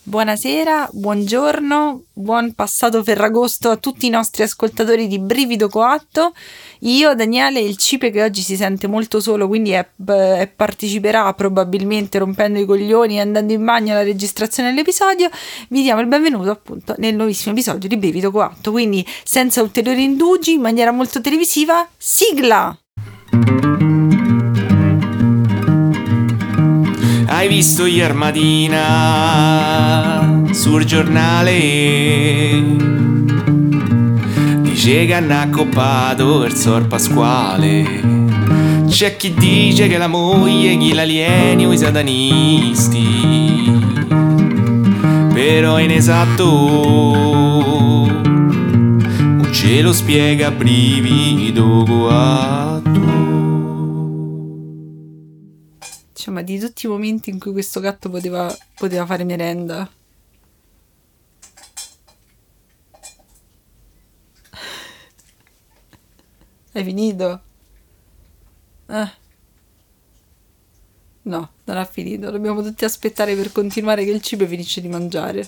Buonasera, buongiorno, buon passato Ferragosto a tutti i nostri ascoltatori di Brivido Coatto. Io, Daniele, il Cipe che oggi si sente molto solo, quindi parteciperà probabilmente rompendo i coglioni e andando in bagno alla registrazione dell'episodio, vi diamo il benvenuto appunto nel nuovissimo episodio di Brivido Coatto. Quindi, senza ulteriori indugi, in maniera molto televisiva, sigla! Hai visto ieri mattina sul giornale? Dice che hanno accoppato il Sor Pasquale. C'è chi dice che la moglie gli l'alieni o i satanisti, però è inesatto, non ce lo spiega Brivido Coatto. Ma di tutti i momenti in cui questo gatto poteva fare merenda. Hai finito? No, non ha finito. Dobbiamo tutti aspettare per continuare che il cibo finisce di mangiare.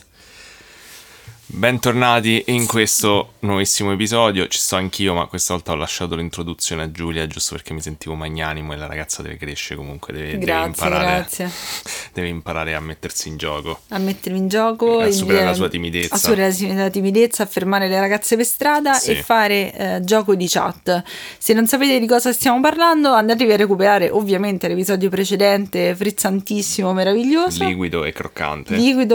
Bentornati in questo nuovissimo episodio. Ci sto anch'io, ma questa volta ho lasciato l'introduzione a Giulia giusto perché mi sentivo magnanimo e la ragazza deve crescere comunque, deve imparare a mettersi in gioco. A mettermi in gioco, a superare la sua timidezza. A superare la timidezza, a fermare le ragazze per strada, sì. E fare gioco di chat. Se non sapete di cosa stiamo parlando, andatevi a recuperare ovviamente l'episodio precedente, frizzantissimo, meraviglioso. Liquido, croccante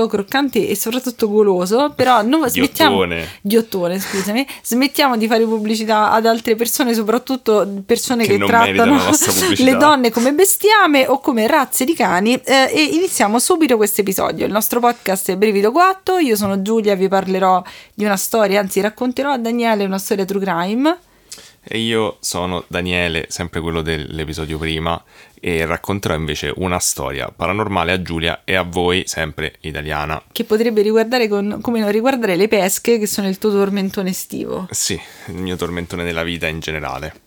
e soprattutto goloso, però ghiottone, scusami, smettiamo di fare pubblicità ad altre persone, soprattutto persone che trattano le donne come bestiame o come razze di cani, e iniziamo subito questo episodio. Il nostro podcast è Brivido Coatto, io sono Giulia, vi parlerò di una storia, anzi racconterò a Daniele una storia true crime. E io sono Daniele, sempre quello dell'episodio prima, e racconterò invece una storia paranormale a Giulia e a voi, sempre italiana. Che potrebbe riguardare come non riguardare le pesche, che sono il tuo tormentone estivo. Sì, il mio tormentone della vita in generale.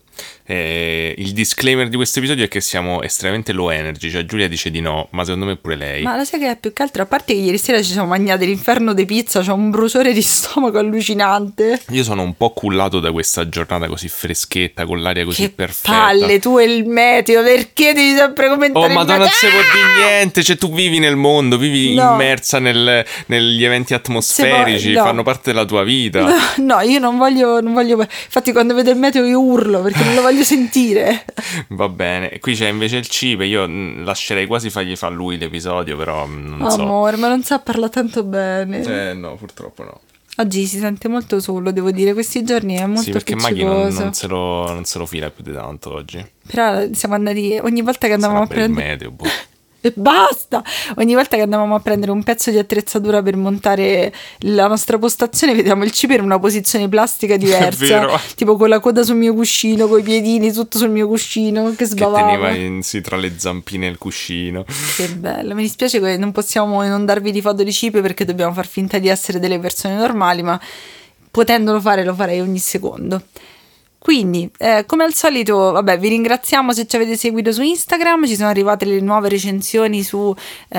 Il disclaimer di questo episodio è che siamo estremamente low energy, cioè Giulia dice di no, ma secondo me pure lei. Ma lo sai che è più che altro, a parte che ieri sera ci siamo mangiati l'inferno di pizza, c'ho un bruciore di stomaco allucinante. Io sono un po' cullato da questa giornata così freschetta, con l'aria così che perfetta. Palle, tu e il meteo, perché devi sempre commentare il meteo? Ma non si può dire niente, cioè tu vivi nel mondo, vivi immersa negli eventi atmosferici, fanno parte della tua vita. No, io non voglio, infatti quando vedo il meteo io urlo perché non lo voglio sentire. Va bene, qui c'è invece il Cipe, io lascerei quasi fargli fa lui l'episodio, però non so. Amore, ma non sa parlare tanto bene. No, purtroppo no. Oggi si sente molto solo, devo dire, questi giorni è molto appiccicoso. Sì, perché Maghi non se lo fila più di tanto oggi. Però siamo andati, ogni volta che andavamo a prendere... il meteo, E basta! Ogni volta che andavamo a prendere un pezzo di attrezzatura per montare la nostra postazione, vediamo il cibo in una posizione plastica diversa, tipo con la coda sul mio cuscino, con i piedini tutto sul mio cuscino che sbavava, che teneva tra le zampine e il cuscino. Che bello. Mi dispiace che non possiamo non darvi di foto di cibo perché dobbiamo far finta di essere delle persone normali, ma potendolo fare lo farei ogni secondo. Quindi, come al solito, vabbè, vi ringraziamo se ci avete seguito su Instagram, ci sono arrivate le nuove recensioni su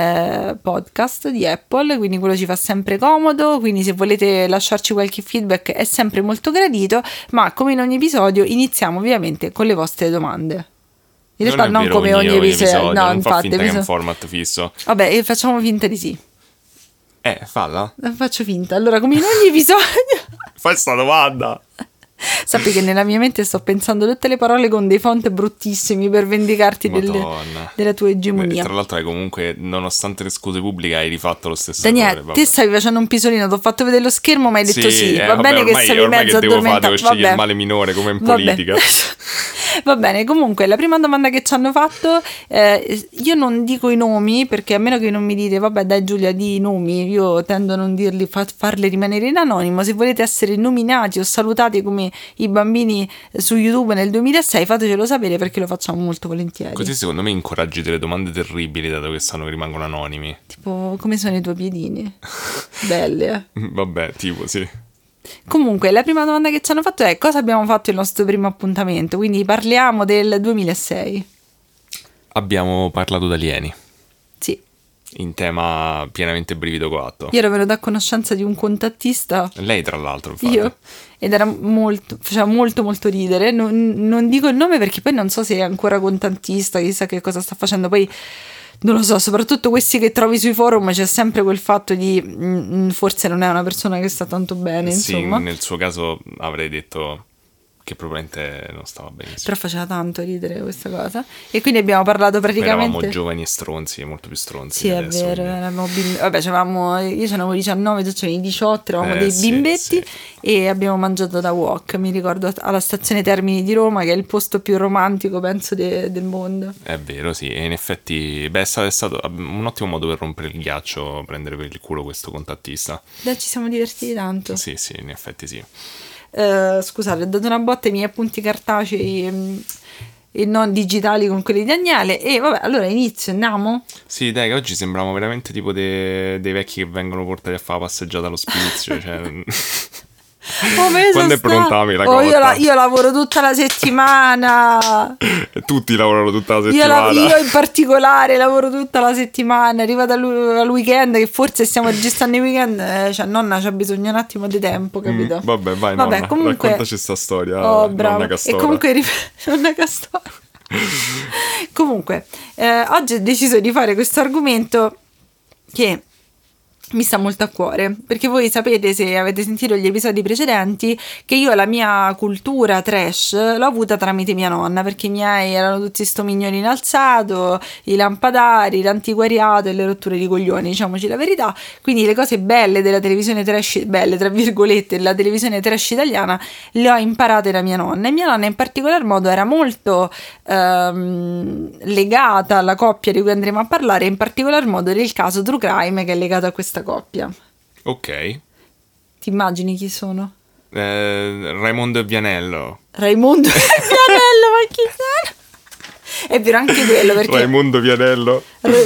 podcast di Apple, quindi quello ci fa sempre comodo, quindi se volete lasciarci qualche feedback è sempre molto gradito, ma come in ogni episodio iniziamo ovviamente con le vostre domande. In realtà non come ogni episodio, no, infatti, finta che è un format fisso. Vabbè, facciamo finta di sì. Falla. Faccio finta. Allora, come in ogni episodio... Fai sta domanda. Sappi che nella mia mente sto pensando tutte le parole con dei font bruttissimi per vendicarti della tua egemonia. Tra l'altro hai comunque, nonostante le scuse pubbliche, hai rifatto lo stesso Daniele, te stavi facendo un pisolino, ti ho fatto vedere lo schermo ma hai detto sì. Va bene che stavi mezzo addormentato. Devo scegliere il male minore come in politica. Va bene, comunque la prima domanda che ci hanno fatto, io non dico i nomi perché a meno che non mi dite vabbè dai Giulia di i nomi, io tendo a non dirli, farli rimanere in anonimo. Se volete essere nominati o salutati come i bambini su YouTube nel 2006 fatecelo sapere perché lo facciamo molto volentieri. Così secondo me incoraggi delle domande terribili dato che rimangono anonimi. Tipo come sono i tuoi piedini? Belle Vabbè, tipo sì. Comunque la prima domanda che ci hanno fatto è cosa abbiamo fatto il nostro primo appuntamento, quindi parliamo del 2006. Abbiamo parlato d'alieni. Sì. in tema pienamente brivido coatto. Io ero venuta a conoscenza di un contattista. Lei tra l'altro, infatti. Io. Ed era faceva molto molto ridere. Non dico il nome perché poi non so se è ancora contantista, chissà che cosa sta facendo. Poi non lo so, soprattutto questi che trovi sui forum c'è sempre quel fatto di forse non è una persona che sta tanto bene, sì, insomma. nel suo caso avrei detto che probabilmente non stava benissimo. Però faceva tanto ridere questa cosa. E quindi abbiamo parlato praticamente... Eravamo giovani e stronzi, molto più stronzi. Sì, è adesso, vero, eravamo vabbè, io c'avevo 19, tu c'avevi 18, eravamo dei sì, bimbetti sì. e abbiamo mangiato da wok, mi ricordo, alla stazione Termini di Roma, che è il posto più romantico, penso, del mondo. È vero, sì, e in effetti, è stato un ottimo modo per rompere il ghiaccio, prendere per il culo questo contattista. Beh, ci siamo divertiti tanto. Sì, in effetti sì. Scusate, ho dato una botta ai miei appunti cartacei e non digitali con quelli di Agnale. E vabbè, allora inizio, andiamo? Sì, dai, che oggi sembriamo veramente tipo dei vecchi che vengono portati a fare la passeggiata all'ospizio. Cioè... Quando è pronta la cotta? Io lavoro tutta la settimana. Tutti lavorano tutta la settimana. Io in particolare lavoro tutta la settimana. Arrivata al weekend, che forse stiamo registrando i weekend, cioè nonna c'ha bisogno un attimo di tempo, capito? Vabbè, vai, nonna, comunque, raccontaci sta storia. Oh, bravo. Nonna Castora. E comunque nonna Castora. Comunque, oggi ho deciso di fare questo argomento che mi sta molto a cuore, perché voi sapete, se avete sentito gli episodi precedenti, che io la mia cultura trash l'ho avuta tramite mia nonna, perché i miei erano tutti sto mignolo in alzato, i lampadari, l'antiquariato e le rotture di coglioni, diciamoci la verità. Quindi le cose belle della televisione trash, belle tra virgolette, della televisione trash italiana, le ho imparate da mia nonna, e mia nonna in particolar modo era molto legata alla coppia di cui andremo a parlare, in particolar modo del caso True Crime che è legato a questa coppia. Ok. Ti immagini chi sono? Raimondo e Vianello. Raimondo e Vianello, ma chi sarà? È vero anche quello, perché Raimondo Vianello.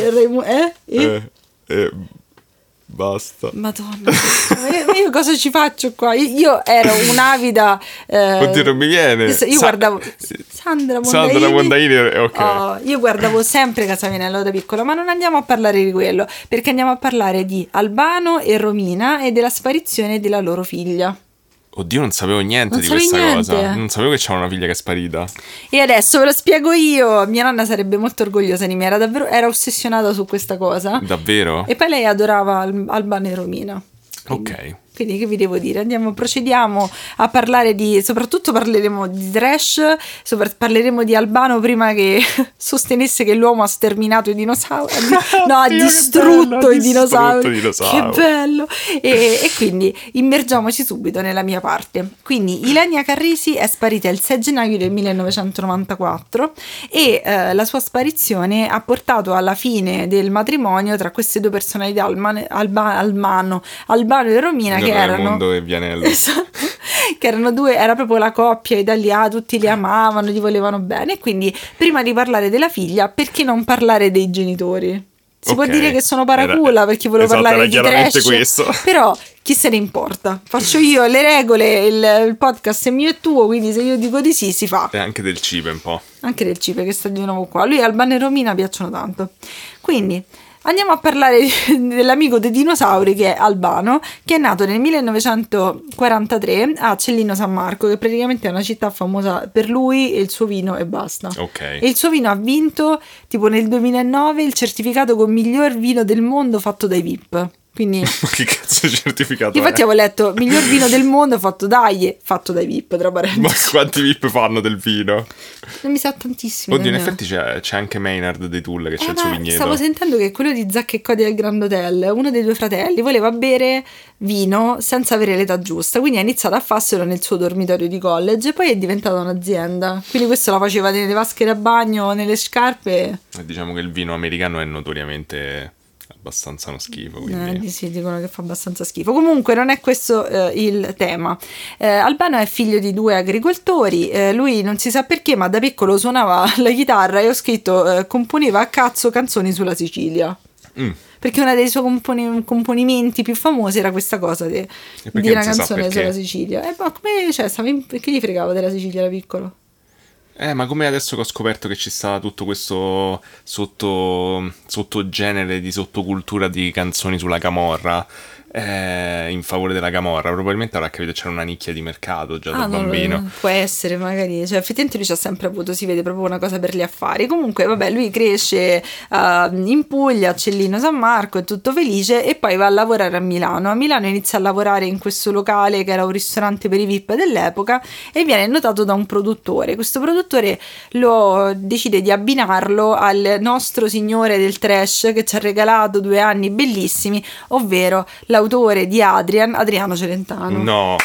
Basta. Madonna, io cosa ci faccio qua? Io ero un'avida. Oddio, non mi viene. Io guardavo Sandra Mondaini, ok. Oh, io guardavo sempre Casa Vianello da piccola, ma non andiamo a parlare di quello, perché andiamo a parlare di Albano e Romina e della sparizione della loro figlia. Oddio, non sapevo niente di questa cosa. Non sapevo che c'era una figlia che è sparita. E adesso ve lo spiego io. Mia nonna sarebbe molto orgogliosa di me. Era ossessionata su questa cosa. Davvero? E poi lei adorava Albano e Romina. Quindi che vi devo dire? Procediamo a parlare soprattutto parleremo di trash, parleremo di Albano prima che sostenesse che l'uomo ha sterminato i dinosauri, no, ha distrutto i dinosauri. Che bello! E quindi immergiamoci subito nella mia parte. Quindi Ilenia Carrisi è sparita il 6 gennaio del 1994 e la sua sparizione ha portato alla fine del matrimonio tra queste due personalità, Albano e Romina, che erano Raimondo e Vianello. Esatto. Che erano due, era proprio la coppia italiana, tutti li amavano, gli volevano bene. E quindi prima di parlare della figlia, perché non parlare dei genitori? Si può dire che sono paracula perché volevo parlare di trash, questo. Però chi se ne importa? Faccio io le regole, il podcast è mio e tuo, quindi se io dico di sì si fa. E anche del cibo un po'. Anche del cibo che sta di nuovo qua. Lui e Albano e Romina piacciono tanto. Quindi andiamo a parlare dell'amico dei dinosauri, che è Albano, che è nato nel 1943 a Cellino San Marco, che praticamente è una città famosa per lui e il suo vino e basta. Okay. E il suo vino ha vinto tipo nel 2009 il certificato con miglior vino del mondo fatto dai VIP. Quindi ma che cazzo di certificato infatti avevo letto miglior vino del mondo fatto dai VIP, tra parentesi. Ma quanti VIP fanno del vino? Non mi sa tantissimo. Oddio, in effetti c'è anche Maynard dei Tulle che c'è il suo vigneto. Stavo sentendo che quello di Zac e Cody al Grand Hotel, uno dei due fratelli, voleva bere vino senza avere l'età giusta, quindi ha iniziato a farselo nel suo dormitorio di college e poi è diventata un'azienda. Quindi questo la faceva nelle vasche da bagno, nelle scarpe. Diciamo che il vino americano è notoriamente abbastanza uno schifo, quindi. Sì, dicono che fa abbastanza schifo. Comunque non è questo il tema. Albano è figlio di due agricoltori, lui non si sa perché, ma da piccolo suonava la chitarra e ho scritto componeva a cazzo canzoni sulla Sicilia. Perché uno dei suoi componimenti più famosi era questa cosa di una canzone sulla Sicilia. Ma come, cioè, perché gli fregava della Sicilia da piccolo? Ma come adesso che ho scoperto che ci sta tutto questo sottogenere di sottocultura di canzoni sulla camorra, in favore della camorra, probabilmente avrà capito che c'era una nicchia di mercato già da bambino. Può essere, magari, cioè effettivamente lui ci ha sempre avuto, si vede proprio una cosa per gli affari. Comunque vabbè, lui cresce in Puglia, a Cellino San Marco, è tutto felice e poi va a lavorare a Milano. A Milano inizia a lavorare in questo locale che era un ristorante per i VIP dell'epoca e viene notato da un produttore. Questo produttore lo decide di abbinarlo al nostro signore del trash che ci ha regalato 2 anni bellissimi, ovvero l'autore di Adriano Celentano. No,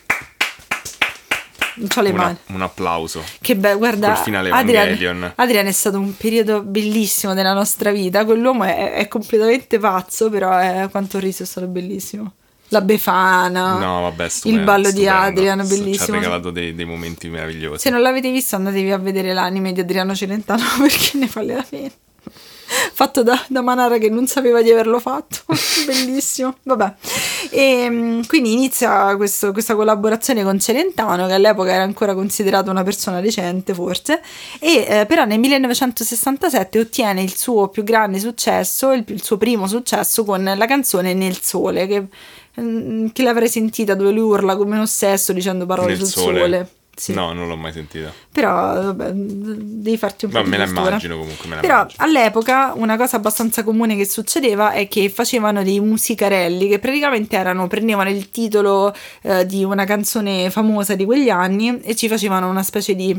non c'ho le mani. un applauso. Che bello, guarda, Col finale Evangelion. Adrian è stato un periodo bellissimo della nostra vita. Quell'uomo è completamente pazzo, però quanto ho riso, è stato bellissimo. La Befana, No, vabbè, il ballo di Adrian, bellissimo. Ci ha regalato dei momenti meravigliosi. Se non l'avete visto, andatevi a vedere l'anime di Adriano Celentano perché ne vale la pena. Fatto da Manara che non sapeva di averlo fatto. Bellissimo. Vabbè. E quindi inizia questa collaborazione con Celentano, che all'epoca era ancora considerato una persona decente forse, e però nel 1967 ottiene il suo più grande successo, il suo primo successo con la canzone Nel Sole, che l'avrei sentita, dove lui urla come un ossesso dicendo parole Nel sul sole. sole. Sì. No, non l'ho mai sentita. Però vabbè, devi farti un po' di me la cultura. immagino comunque, me la Però immagino. all'epoca una cosa abbastanza comune che succedeva è che facevano dei musicarelli che praticamente prendevano il titolo di una canzone famosa di quegli anni e ci facevano una specie di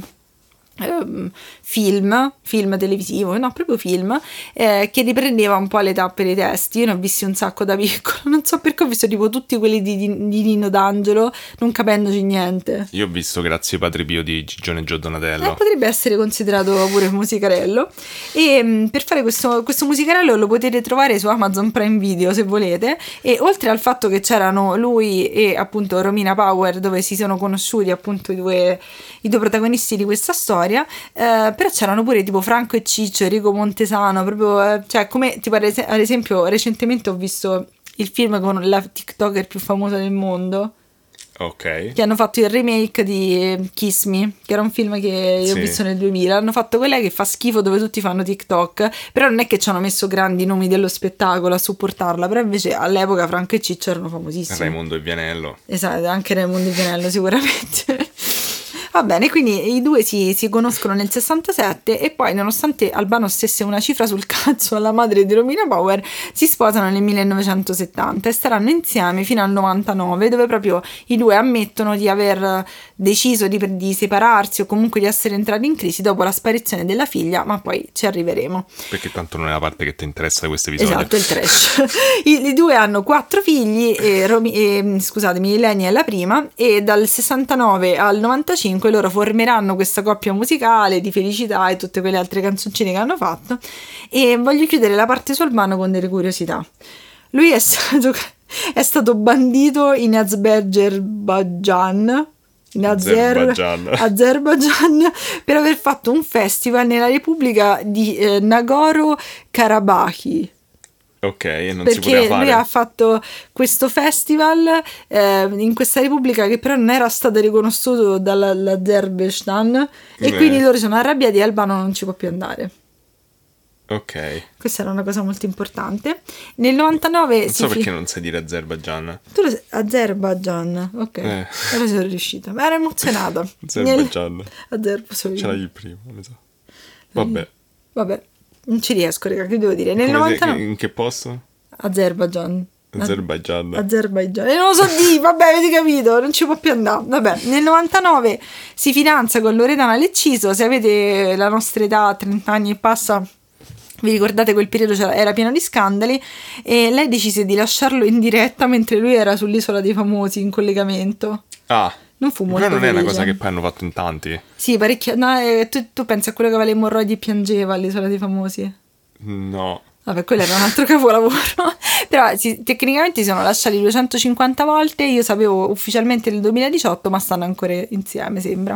film televisivo, no, proprio film, che riprendeva un po' le tappe dei testi. Io ne ho visti un sacco da piccolo, non so perché ho visto tipo tutti quelli di Nino D'Angelo, non capendoci niente. Io ho visto Grazie Padre Pio di Gigione Gio Donatello. Potrebbe essere considerato pure musicarello. E per fare questo musicarello lo potete trovare su Amazon Prime Video se volete. E oltre al fatto che c'erano lui e appunto Romina Power, dove si sono conosciuti appunto i due protagonisti di questa storia, però c'erano pure tipo Franco e Ciccio, Enrico Montesano, proprio cioè come tipo ad esempio recentemente ho visto il film con la TikToker più famosa del mondo. Ok. Che hanno fatto il remake di Kiss Me, che era un film che io ho visto nel 2000. Hanno fatto quella che fa schifo, dove tutti fanno TikTok, però non è che ci hanno messo grandi nomi dello spettacolo a supportarla, però invece all'epoca Franco e Ciccio erano famosissimi. Raimondo e Vianello. Esatto, anche Raimondo e Vianello sicuramente. Va bene, quindi i due si conoscono nel 67 e poi, nonostante Albano stesse una cifra sul cazzo alla madre di Romina Power, si sposano nel 1970 e staranno insieme fino al 99, dove proprio i due ammettono di aver deciso di separarsi o comunque di essere entrati in crisi dopo la sparizione della figlia, ma poi ci arriveremo. Perché tanto non è la parte che ti interessa di questo episodio. Esatto, il trash. I due hanno 4 figli, scusatemi, Ilenia è la prima, e dal 69 al 95 loro formeranno questa coppia musicale di felicità e tutte quelle altre canzoncine che hanno fatto. E voglio chiudere la parte su Albano con delle curiosità. Lui è stato bandito in Azerbaijan per aver fatto un festival nella Repubblica di Nagorno-Karabakh. Ok, e non perché si poteva fare. Lui ha fatto questo festival in questa repubblica che però non era stata riconosciuta dall'Azerbaijan e quindi loro sono arrabbiati e Albano non ci può più andare. Ok. Questa era una cosa molto importante. Nel 99 non so perché non sai dire Azerbaijan. Tu lo sai, Azerbaijan, ok. Ora sono riuscita, ma ero emozionata. Azerbaijan. Ce l'hai il primo, ne so. Vabbè. Non ci riesco, raga, che devo dire? Nel 99... In che posto? Azerbaijan. E non lo so vabbè, avete capito, non ci può più andare. Vabbè, nel 99 si fidanza con Loredana Lecciso. Se avete la nostra età, 30 anni e passa, vi ricordate quel periodo era pieno di scandali, e lei decise di lasciarlo in diretta mentre lui era sull'Isola dei Famosi in collegamento. Non fu molto però non felice. È una cosa che poi hanno fatto in tanti. Sì, parecchio. No, tu pensi a quello che aveva le emorroidi e piangeva all'Isola dei Famosi? No. Vabbè, quello era un altro capolavoro. Però tecnicamente si sono lasciati 250 volte. Io sapevo ufficialmente nel 2018, ma stanno ancora insieme, sembra.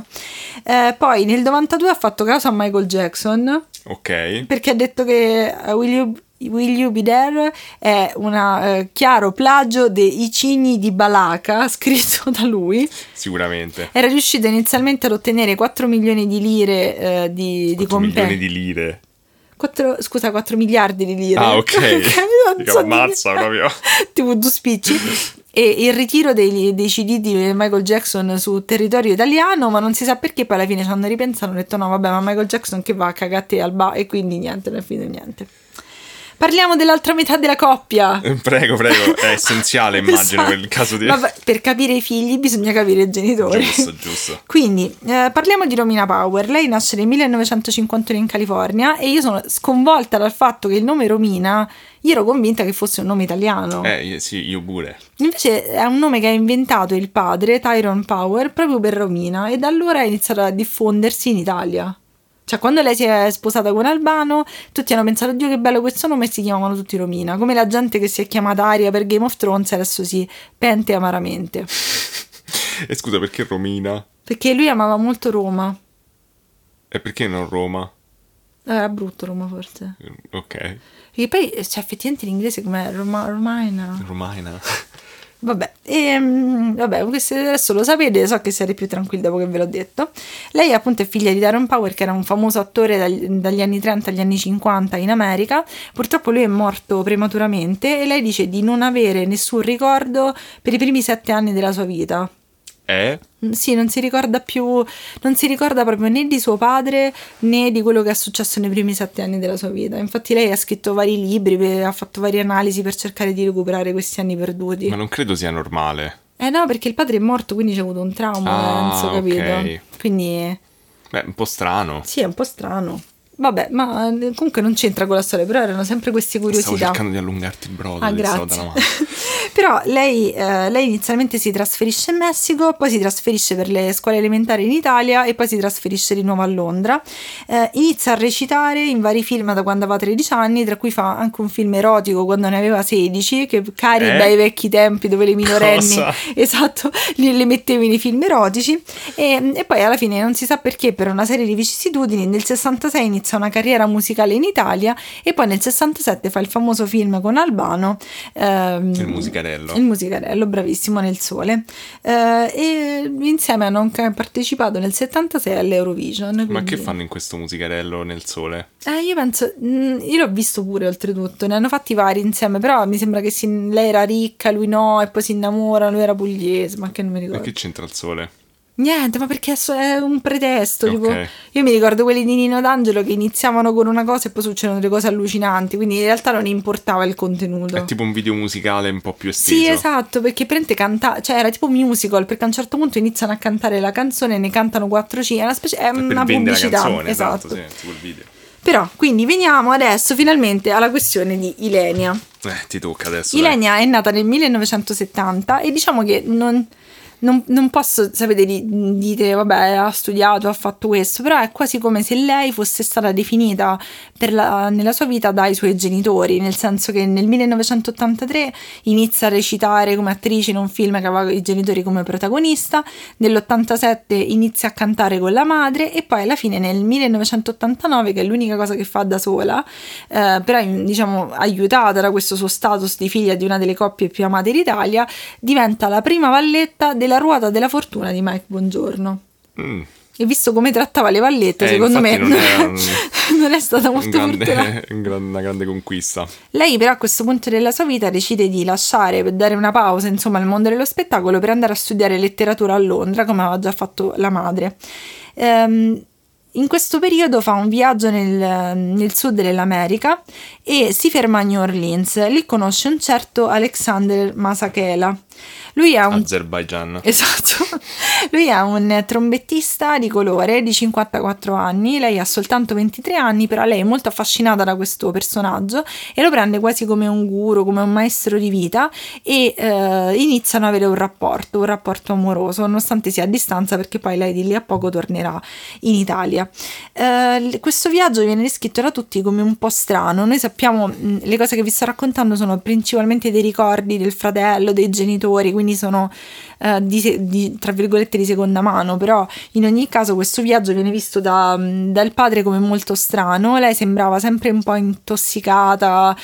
Poi nel 92 ha fatto caso a Michael Jackson. Ok. Perché ha detto che Will Will You Be There è un chiaro plagio dei I Cigni di Balaka, scritto da lui. Sicuramente. Era riuscito inizialmente ad ottenere 4 milioni di lire di 4 milioni di lire. 4 miliardi di lire. Ah, ok. Non so ammazza proprio. tipo due spicci. E il ritiro dei CD di Michael Jackson su territorio italiano, ma non si sa perché poi alla fine ci hanno ripensato e hanno detto no vabbè, ma Michael Jackson che va a cagate al bar, e quindi niente, alla fine niente. Parliamo dell'altra metà della coppia. Prego, è essenziale, immagino, Esatto. nel caso di... Vabbè, per capire i figli bisogna capire i genitori. Giusto. Quindi, parliamo di Romina Power. Lei nasce nel 1951 in California e io sono sconvolta dal fatto che il nome Romina, io ero convinta che fosse un nome italiano. Sì, io pure. Invece è un nome che ha inventato il padre, Tyrone Power, proprio per Romina, e da allora ha iniziato a diffondersi in Italia. Cioè, quando lei si è sposata con Albano, tutti hanno pensato, Dio che bello questo nome, e si chiamavano tutti Romina. Come la gente che si è chiamata Aria per Game of Thrones adesso si pente amaramente. E scusa, perché Romina? Perché lui amava molto Roma. E perché non Roma? Era brutto Roma, forse. Ok. Perché poi, cioè, effettivamente in inglese com'è? Romina. Vabbè, questo adesso lo sapete, so che siete più tranquilli dopo che ve l'ho detto. Lei appunto è figlia di Tyrone Power, che era un famoso attore dagli anni 30 agli anni 50 in America. Purtroppo lui è morto prematuramente e lei dice di non avere nessun ricordo per i primi 7 anni della sua vita. Sì, non si ricorda proprio né di suo padre né di quello che è successo nei primi 7 anni della sua vita. Infatti lei ha scritto vari libri, ha fatto varie analisi per cercare di recuperare questi anni perduti. Ma non credo sia normale. No, perché il padre è morto, quindi c'è avuto un trauma, penso, capito? Okay. Quindi... Beh, un po' strano. Sì, è un po' strano. Vabbè, ma comunque non c'entra con la storia, però erano sempre queste curiosità. Stavo cercando di allungarti il brodo. Grazie. Però lei inizialmente si trasferisce in Messico, poi si trasferisce per le scuole elementari in Italia e poi si trasferisce di nuovo a Londra. Inizia a recitare in vari film da quando aveva 13 anni, tra cui fa anche un film erotico quando ne aveva 16, che cari bei vecchi tempi dove le minorenni, esatto, le mettevi nei film erotici. E poi alla fine non si sa perché, per una serie di vicissitudini, nel 66 inizia una carriera musicale in Italia e poi nel 67 fa il famoso film con Albano, il musicarello, bravissimo, Nel Sole, e insieme hanno anche partecipato nel 76 all'Eurovision. Quindi... Ma che fanno in questo musicarello Nel Sole? Io penso, io l'ho visto pure, oltretutto, ne hanno fatti vari insieme, però mi sembra che lei era ricca, lui no, e poi si innamorano, lui era pugliese, ma che non mi ricordo. Ma che c'entra il sole? Niente, ma perché è un pretesto, Okay. tipo, io mi ricordo quelli di Nino D'Angelo che iniziavano con una cosa e poi succedono delle cose allucinanti, quindi in realtà non importava il contenuto. È tipo un video musicale un po' più esteso. Sì, esatto, perché prende cioè era tipo musical, perché a un certo punto iniziano a cantare la canzone, ne cantano 4-5, è una specie, è una per vendere pubblicità, la canzone, esatto. sì, tipo il video. Però, quindi veniamo adesso finalmente alla questione di Ilenia. Ti tocca adesso. Ilenia è nata nel 1970 e diciamo che non posso, sapete, dite, vabbè, ha studiato, ha fatto questo, però è quasi come se lei fosse stata definita nella sua vita dai suoi genitori, nel senso che nel 1983 inizia a recitare come attrice in un film che aveva i genitori come protagonista, nell'87 inizia a cantare con la madre e poi alla fine nel 1989, che è l'unica cosa che fa da sola, però diciamo aiutata da questo suo status di figlia di una delle coppie più amate d'Italia, diventa la prima valletta della ruota della fortuna di Mike Bongiorno. E visto come trattava le vallette, secondo me non è stata molto fortunata. Una grande conquista. Lei però a questo punto della sua vita decide di lasciare, per dare una pausa insomma al mondo dello spettacolo, per andare a studiare letteratura a Londra, come aveva già fatto la madre. In questo periodo fa un viaggio nel sud dell'America e si ferma a New Orleans. Lì conosce un certo Alexander Masakela. Lui è Azerbaijan. Esatto. Lui è un trombettista di colore di 54 anni, lei ha soltanto 23 anni, però lei è molto affascinata da questo personaggio e lo prende quasi come un guru, come un maestro di vita e iniziano ad avere un rapporto amoroso, nonostante sia a distanza, perché poi lei di lì a poco tornerà in Italia. Questo viaggio viene descritto da tutti come un po' strano. Noi sappiamo, le cose che vi sto raccontando sono principalmente dei ricordi del fratello, dei genitori, genitori, quindi sono tra virgolette di seconda mano, però in ogni caso questo viaggio viene visto dal padre come molto strano. Lei sembrava sempre un po' intossicata,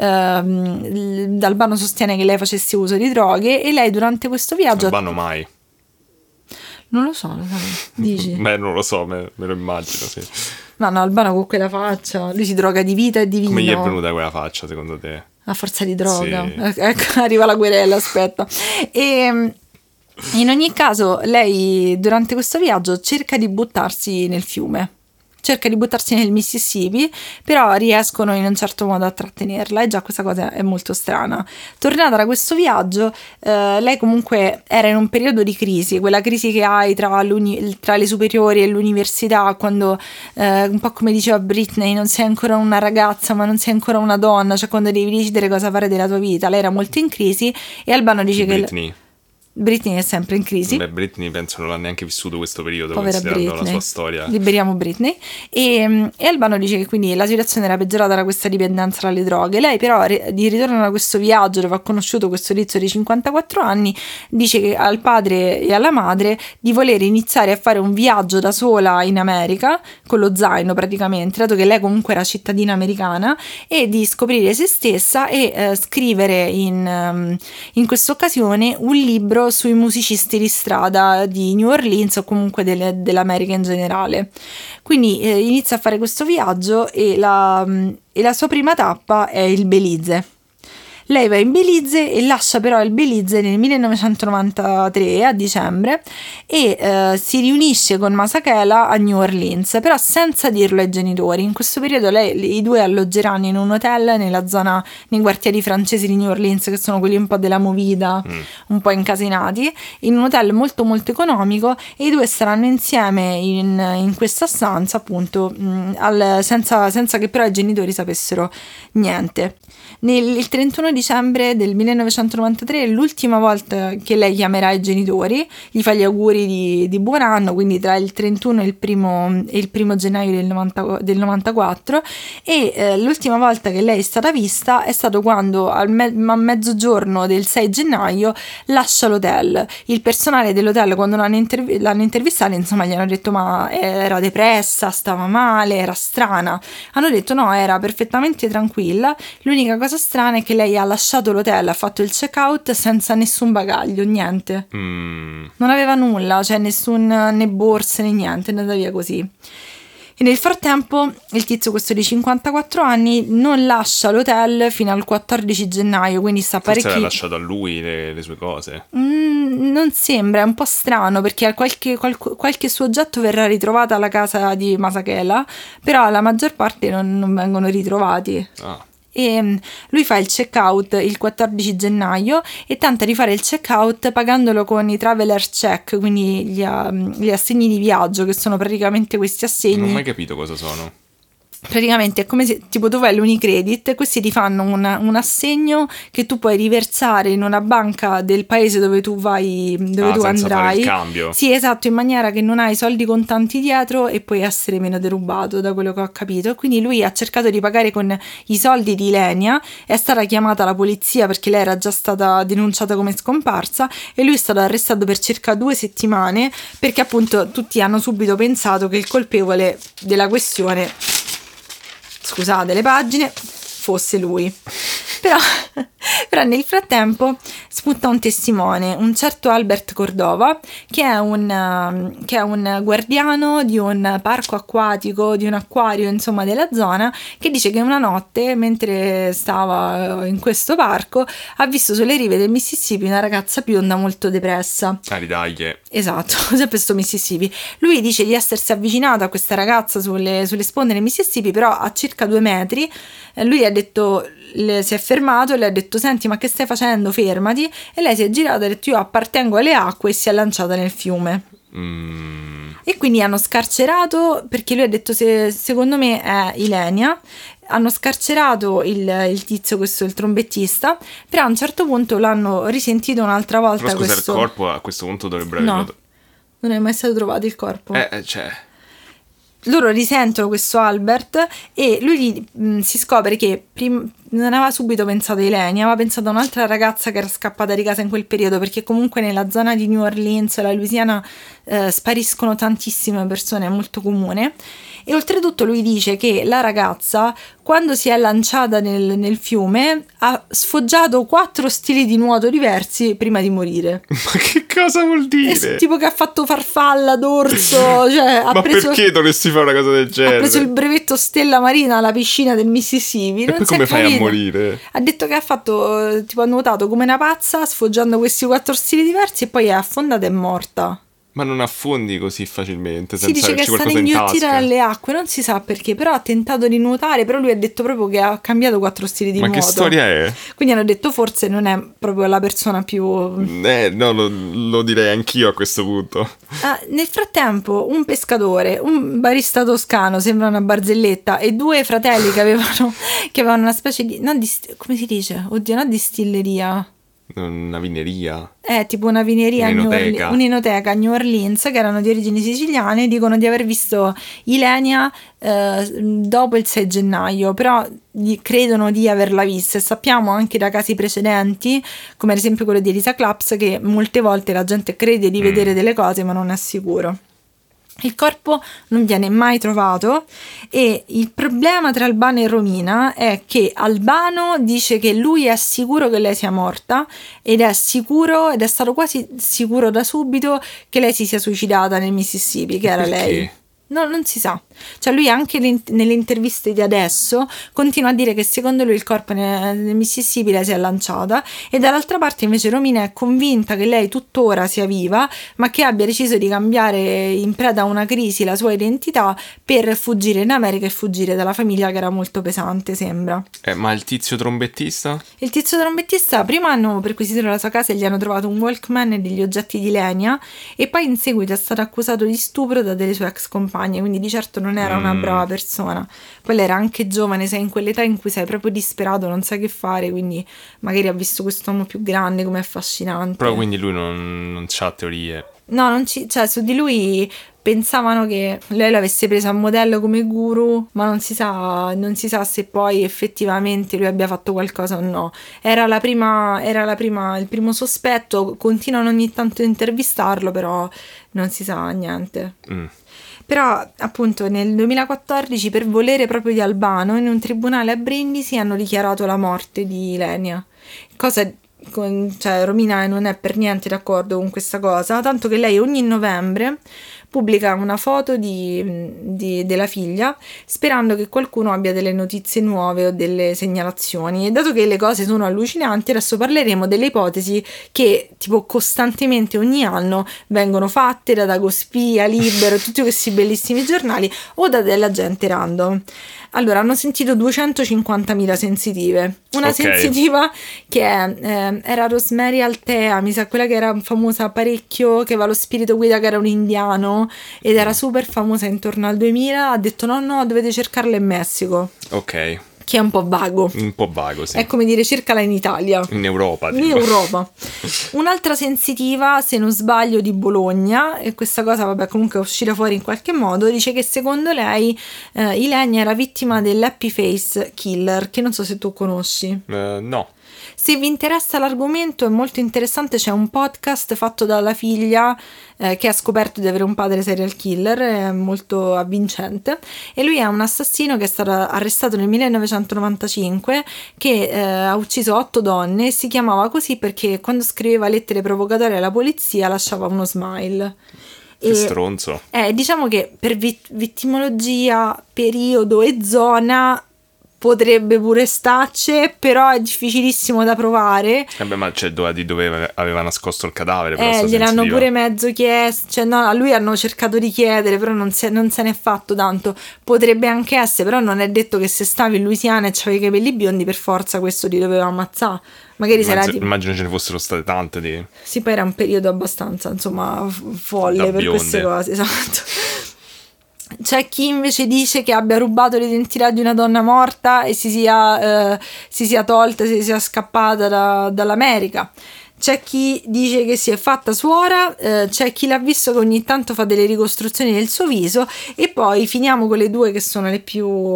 Albano sostiene che lei facesse uso di droghe e lei durante questo viaggio... Albano mai. Non lo so, lo sai, dici? Beh, non lo so, me lo immagino, sì. No, Albano con quella faccia, lui si droga di vita e di vino. Come gli è venuta quella faccia, secondo te? A forza di droga. Sì. Ecco, arriva la querela, aspetta. E in ogni caso, lei durante questo viaggio cerca di buttarsi nel fiume. Cerca di buttarsi nel Mississippi, però riescono in un certo modo a trattenerla e già questa cosa è molto strana. Tornata da questo viaggio, lei comunque era in un periodo di crisi, quella crisi che hai tra le superiori e l'università, quando un po' come diceva Britney, non sei ancora una ragazza ma non sei ancora una donna, cioè quando devi decidere cosa fare della tua vita. Lei era molto in crisi e Albano dice Britney è sempre in crisi. Beh, Britney penso non l'ha neanche vissuto questo periodo, povera considerando Britney. la sua storia. Liberiamo Britney. E Albano dice che quindi la situazione era peggiorata da questa dipendenza dalle droghe. Lei però di ritorno da questo viaggio dove ha conosciuto questo tizio di 54 anni dice che al padre e alla madre di voler iniziare a fare un viaggio da sola in America con lo zaino praticamente, dato che lei comunque era cittadina americana, e di scoprire se stessa e scrivere in questa occasione un libro sui musicisti di strada di New Orleans o comunque dell'America in generale. Quindi inizia a fare questo viaggio e la sua prima tappa è il Belize. Lei va in Belize e lascia però il Belize nel 1993 a dicembre e si riunisce con Masakela a New Orleans, però senza dirlo ai genitori. In questo periodo i due alloggeranno in un hotel nella zona, nei quartieri francesi di New Orleans, che sono quelli un po' della movida, un po' incasinati, in un hotel molto molto economico, e i due staranno insieme in questa stanza appunto senza che però i genitori sapessero niente. Il 31 dicembre del 1993 è l'ultima volta che lei chiamerà i genitori, gli fa gli auguri di buon anno, quindi tra il 31 e il primo gennaio del 94, e l'ultima volta che lei è stata vista è stato quando a mezzogiorno del 6 gennaio lascia l'hotel. Il personale dell'hotel, quando l'hanno intervistata, insomma gli hanno detto ma era depressa, stava male, era strana. Hanno detto no, era perfettamente tranquilla, l'unica cosa strana è che lei ha lasciato l'hotel, ha fatto il check out senza nessun bagaglio, niente. Non aveva nulla, cioè né borse né niente, è andata via così. E nel frattempo il tizio, questo di 54 anni, non lascia l'hotel fino al 14 gennaio, quindi sta parecchio... Forse aveva lasciato a lui le sue cose. Non sembra, è un po' strano, perché qualche suo oggetto verrà ritrovato alla casa di Masakela, però la maggior parte non vengono ritrovati. E lui fa il check out il 14 gennaio e tenta di fare il check out pagandolo con i traveler check, quindi gli assegni di viaggio, che sono praticamente questi assegni. Non ho mai capito cosa sono. Praticamente è come se tipo tu vai all'Unicredit e questi ti fanno un assegno che tu puoi riversare in una banca del paese dove tu vai, dove tu senza andrai. fare il cambio. Sì, esatto, in maniera che non hai soldi contanti dietro e puoi essere meno derubato, da quello che ho capito. Quindi lui ha cercato di pagare con i soldi di Ilenia, è stata chiamata la polizia perché lei era già stata denunciata come scomparsa e lui è stato arrestato per circa 2 settimane perché appunto tutti hanno subito pensato che il colpevole della questione, scusate le pagine, fosse lui. Però nel frattempo spunta un testimone, un certo Albert Cordova, che è un guardiano di un parco acquatico, di un acquario insomma della zona, che dice che una notte, mentre stava in questo parco, ha visto sulle rive del Mississippi una ragazza bionda molto depressa. Ridaglie. Esatto, sempre sto Mississippi. Lui dice di essersi avvicinato a questa ragazza sulle sponde del Mississippi, però a circa 2 metri. Lui ha detto, si è fermato e le ha detto senti ma che stai facendo, fermati, e lei si è girata e ha detto io appartengo alle acque, e si è lanciata nel fiume. E quindi hanno scarcerato, perché lui ha detto secondo me è Ilenia. Hanno scarcerato il tizio, questo il trombettista, però a un certo punto l'hanno risentito un'altra volta. Però scusa, il corpo a questo punto dovrebbe averlo... No, non è mai stato trovato il corpo. Cioè... loro risentono questo Albert e lui si scopre che non aveva subito pensato a Ilenia, aveva pensato a un'altra ragazza che era scappata di casa in quel periodo, perché comunque nella zona di New Orleans, la Louisiana, spariscono tantissime persone, è molto comune. E oltretutto lui dice che la ragazza, quando si è lanciata nel fiume, ha sfoggiato 4 stili di nuoto diversi prima di morire. Ma che cosa vuol dire? Tipo che ha fatto farfalla, dorso, cioè Ma perché dovresti fare una cosa del genere? Ha preso il brevetto stella marina alla piscina del Mississippi. E poi come fai a morire? Ha detto che ha fatto, tipo ha nuotato come una pazza, sfoggiando questi 4 stili diversi, e poi è affondata e morta. Ma non affondi così facilmente, Si senza dice che è stata inghiottita dalle acque, non si sa perché, però ha tentato di nuotare, però lui ha detto proprio che ha cambiato 4 stili di nuoto. Ma che storia è? Quindi hanno detto forse non è proprio la persona più... No, lo direi anch'io a questo punto. Nel frattempo un pescatore, un barista toscano, sembra una barzelletta, e 2 fratelli che avevano una specie di... come si dice? Oddio, non distilleria... Una vineria. Tipo una vineria, un'enoteca a New Orleans, che erano di origini siciliane, dicono di aver visto Ilenia dopo il 6 gennaio, però credono di averla vista, e sappiamo anche da casi precedenti, come ad esempio quello di Elisa Claps, che molte volte la gente crede di vedere delle cose ma non è sicuro. Il corpo non viene mai trovato, e il problema tra Albano e Romina è che Albano dice che lui è sicuro che lei sia morta, ed è stato quasi sicuro da subito che lei si sia suicidata nel Mississippi, che era perché? Lei. No, non si sa. Cioè lui anche nelle interviste di adesso continua a dire che secondo lui il corpo nel Mississippi lei si è lanciata, e dall'altra parte invece Romina è convinta che lei tuttora sia viva, ma che abbia deciso di cambiare in preda a una crisi la sua identità per fuggire in America e fuggire dalla famiglia, che era molto pesante, sembra. Ma il tizio trombettista? Il tizio trombettista prima hanno perquisito la sua casa e gli hanno trovato un Walkman e degli oggetti di Ilenia, e poi in seguito è stato accusato di stupro da delle sue ex compagne, quindi di certo non era una brava persona. Poi era anche giovane, sei in quell'età in cui sei proprio disperato, non sai che fare, quindi magari ha visto quest'uomo più grande come affascinante. Però quindi lui non c'ha teorie. No, cioè su di lui pensavano che lei l'avesse presa a modello come guru, ma non si sa se poi effettivamente lui abbia fatto qualcosa o no. Era il primo sospetto, continuano ogni tanto a intervistarlo, però non si sa niente. Però appunto nel 2014, per volere proprio di Albano, in un tribunale a Brindisi hanno dichiarato la morte di Ilenia, cioè Romina non è per niente d'accordo con questa cosa, tanto che lei ogni novembre pubblica una foto della figlia, sperando che qualcuno abbia delle notizie nuove o delle segnalazioni. E dato che le cose sono allucinanti, adesso parleremo delle ipotesi che tipo costantemente ogni anno vengono fatte da Dagospia, Libero, tutti questi bellissimi giornali, o da della gente random. Allora, hanno sentito 250.000 sensitive. Una sensitiva che era Rosemary Altea, mi sa, quella che era famosa parecchio, che aveva lo spirito guida, che era un indiano, ed era super famosa intorno al 2000, ha detto no, dovete cercarla in Messico. Ok. Che è un po' vago. Un po' vago, sì. È come dire cercala in Italia. In Europa. Tipo. In Europa. Un'altra sensitiva, se non sbaglio, di Bologna, e questa cosa, vabbè, comunque è uscita fuori in qualche modo, dice che secondo lei Ilenia era vittima dell'Happy Face Killer, che non so se tu conosci. No. Se vi interessa l'argomento, è molto interessante, c'è un podcast fatto dalla figlia che ha scoperto di avere un padre serial killer, è molto avvincente, e lui è un assassino che è stato arrestato nel 1995, che ha ucciso 8 donne, e si chiamava così perché quando scriveva lettere provocatorie alla polizia lasciava uno smile. Che stronzo. Diciamo che per vittimologia, periodo e zona potrebbe pure starci, però è difficilissimo da provare. Ma c'è di dove aveva nascosto il cadavere, gliel'hanno pure mezzo chiesto, cioè no, a lui hanno cercato di chiedere, però non se ne è fatto tanto. Potrebbe anche essere, però non è detto che se stavi in Louisiana e c'avevi i capelli biondi per forza questo ti doveva ammazzare. Magari immagino ce ne fossero state tante di... Sì, poi era un periodo abbastanza, insomma, folle per queste cose, esatto. C'è chi invece dice che abbia rubato l'identità di una donna morta e si sia tolta, si sia scappata dall'America. c'è chi dice che si è fatta suora, c'è chi l'ha visto che ogni tanto fa delle ricostruzioni del suo viso, e poi finiamo con le due che sono le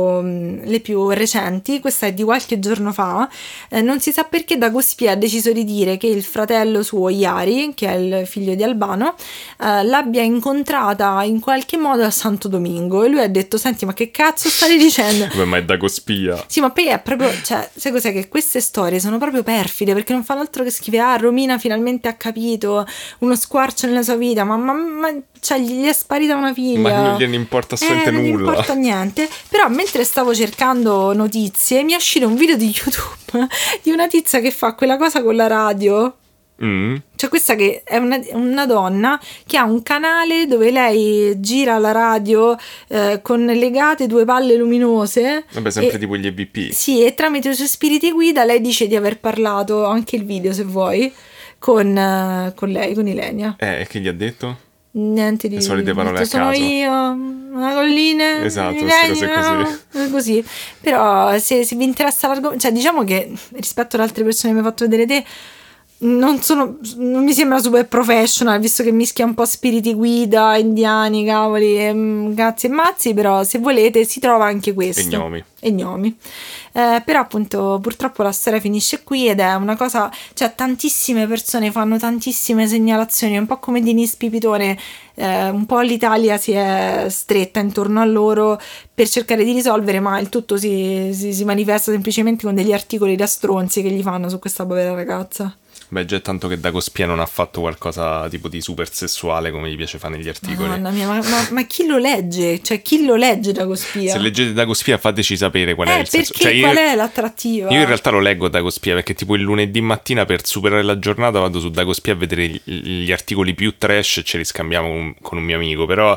più recenti. Questa è di qualche giorno fa. Non si sa perché Dagospia ha deciso di dire che il fratello suo Iari, che è il figlio di Albano, l'abbia incontrata in qualche modo a Santo Domingo, e lui ha detto: senti, ma che cazzo stai dicendo? Beh, ma è Dagospia. Sì, ma poi è proprio, cioè, sai cos'è? Che queste storie sono proprio perfide, perché non fanno altro che scrivere: ah, Romina finalmente ha capito, uno squarcio nella sua vita, ma cioè, gli è sparita una figlia. Ma non gliene importa assolutamente nulla. Non gli importa niente. Però mentre stavo cercando notizie mi è uscito un video di YouTube di una tizia che fa quella cosa con la radio. Cioè, questa che è una donna che ha un canale dove lei gira la radio con legate due palle luminose. Vabbè, sempre tipo gli EVP. Sì, e tramite i suoi spiriti guida lei dice di aver parlato, anche il video se vuoi, con lei, con Ilenia. E che gli ha detto? Niente di... Le solite parole a sono caso. io, una collina. Esatto, queste cose così. Così. Però se vi interessa l'argomento, cioè diciamo che rispetto ad altre persone che mi hai fatto vedere te, non mi sembra super professional, visto che mischia un po' spiriti guida, indiani, cavoli, cazzi e mazzi, però se volete si trova anche questo. E gnomi. Però appunto purtroppo la storia finisce qui, ed è una cosa, cioè tantissime persone fanno tantissime segnalazioni, un po' come Denise Pipitone, un po' l'Italia si è stretta intorno a loro per cercare di risolvere, ma il tutto si manifesta semplicemente con degli articoli da stronzi che gli fanno su questa povera ragazza. Beh, già è tanto che Dagospia non ha fatto qualcosa tipo di super sessuale come gli piace fare negli articoli. Madonna mia, ma chi lo legge? Cioè, chi lo legge Dagospia? Se leggete Dagospia fateci sapere qual è il senso. Perché qual è l'attrattiva? Io in realtà lo leggo Dagospia perché tipo il lunedì mattina per superare la giornata vado su Dagospia a vedere gli articoli più trash e ce li scambiamo con un mio amico, però...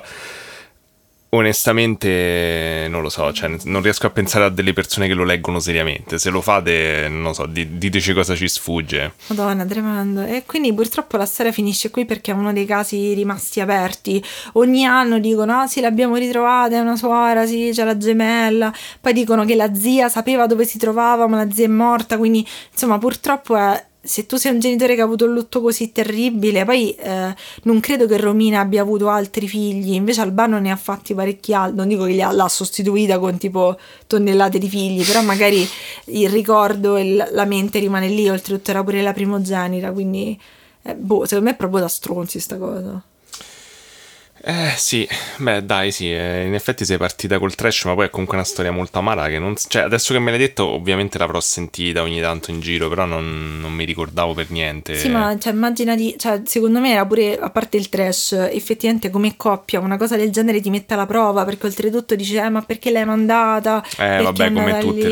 Onestamente non lo so, cioè non riesco a pensare a delle persone che lo leggono seriamente. Se lo fate, non lo so, diteci cosa ci sfugge. Madonna, tremendo. E quindi purtroppo la storia finisce qui, perché è uno dei casi rimasti aperti. Ogni anno dicono: ah sì, l'abbiamo ritrovata, è una suora, sì, c'è la gemella. Poi dicono che la zia sapeva dove si trovava, ma la zia è morta. Quindi insomma purtroppo se tu sei un genitore che ha avuto un lutto così terribile, poi non credo che Romina abbia avuto altri figli, invece Albano ne ha fatti parecchi altri. Non dico che l'ha sostituita con tipo tonnellate di figli, però magari il ricordo e la mente rimane lì. Oltretutto era pure la primogenita, quindi secondo me è proprio da stronzi sta cosa. Sì, beh dai sì, in effetti sei partita col trash, ma poi è comunque una storia molto amara che non... Cioè, adesso che me l'hai detto ovviamente l'avrò sentita ogni tanto in giro, però non mi ricordavo per niente. Sì, ma cioè, immaginati, cioè, secondo me era pure, a parte il trash, effettivamente come coppia una cosa del genere ti mette alla prova, perché oltretutto dici: ma perché l'hai mandata? Vabbè, come tutte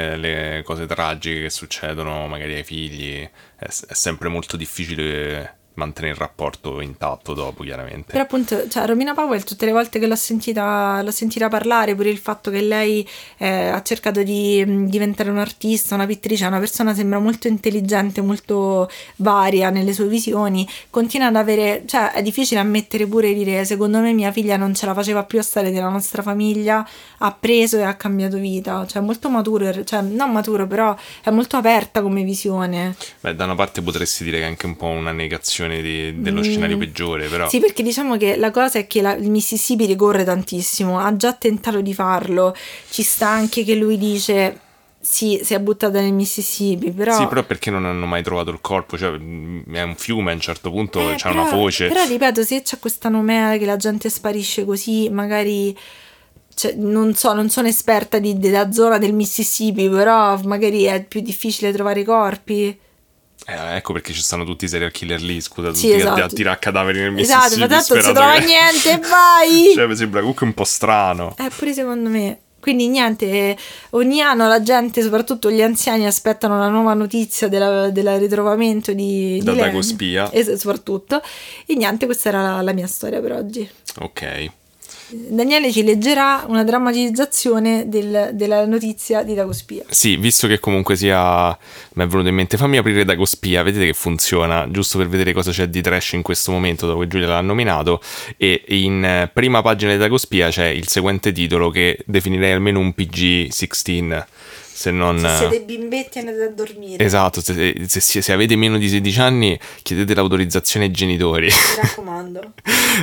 le cose tragiche che succedono magari ai figli, è sempre molto difficile mantenere il rapporto intatto dopo, chiaramente. Però appunto, cioè, Romina Powell, tutte le volte che l'ho sentita parlare, pure il fatto che lei ha cercato di diventare un'artista, una pittrice, una persona sembra molto intelligente, molto varia nelle sue visioni, continua ad avere, cioè è difficile ammettere pure e dire: secondo me mia figlia non ce la faceva più a stare nella nostra famiglia, ha preso e ha cambiato vita. Cioè molto maturo, cioè non maturo, però è molto aperta come visione. Beh, da una parte potresti dire che è anche un po' una negazione dello scenario peggiore, però sì, perché diciamo che la cosa è che il Mississippi ricorre tantissimo, ha già tentato di farlo, ci sta anche che lui dice: sì, si è buttata nel Mississippi, però... Sì, però perché non hanno mai trovato il corpo? Cioè, è un fiume, a un certo punto c'ha una foce. Però, ripeto, se c'è questa nomea che la gente sparisce così, magari... Cioè, non sono esperta della zona del Mississippi, però magari è più difficile trovare i corpi. Ecco perché ci stanno tutti i serial killer lì, scusa, tutti sì, esatto. a tirare cadaveri nel Mississippi. Esatto, ma tanto non si trova niente, vai! Cioè, mi sembra comunque un po' strano. Pure secondo me. Quindi niente, ogni anno la gente, soprattutto gli anziani, aspettano la nuova notizia del ritrovamento di Dagospia. Soprattutto. E niente, questa era la mia storia per oggi. Ok. Daniele ci leggerà una drammatizzazione della notizia di Dagospia. Sì, visto che comunque sia... mi è venuto in mente, fammi aprire Dagospia, vedete che funziona, giusto per vedere cosa c'è di trash in questo momento dopo che Giulia l'ha nominato. E in prima pagina di Dagospia c'è il seguente titolo che definirei almeno un PG-16, Se non... Se siete bimbetti andate a dormire. Esatto, se avete meno di 16 anni chiedete l'autorizzazione ai genitori. Mi raccomando.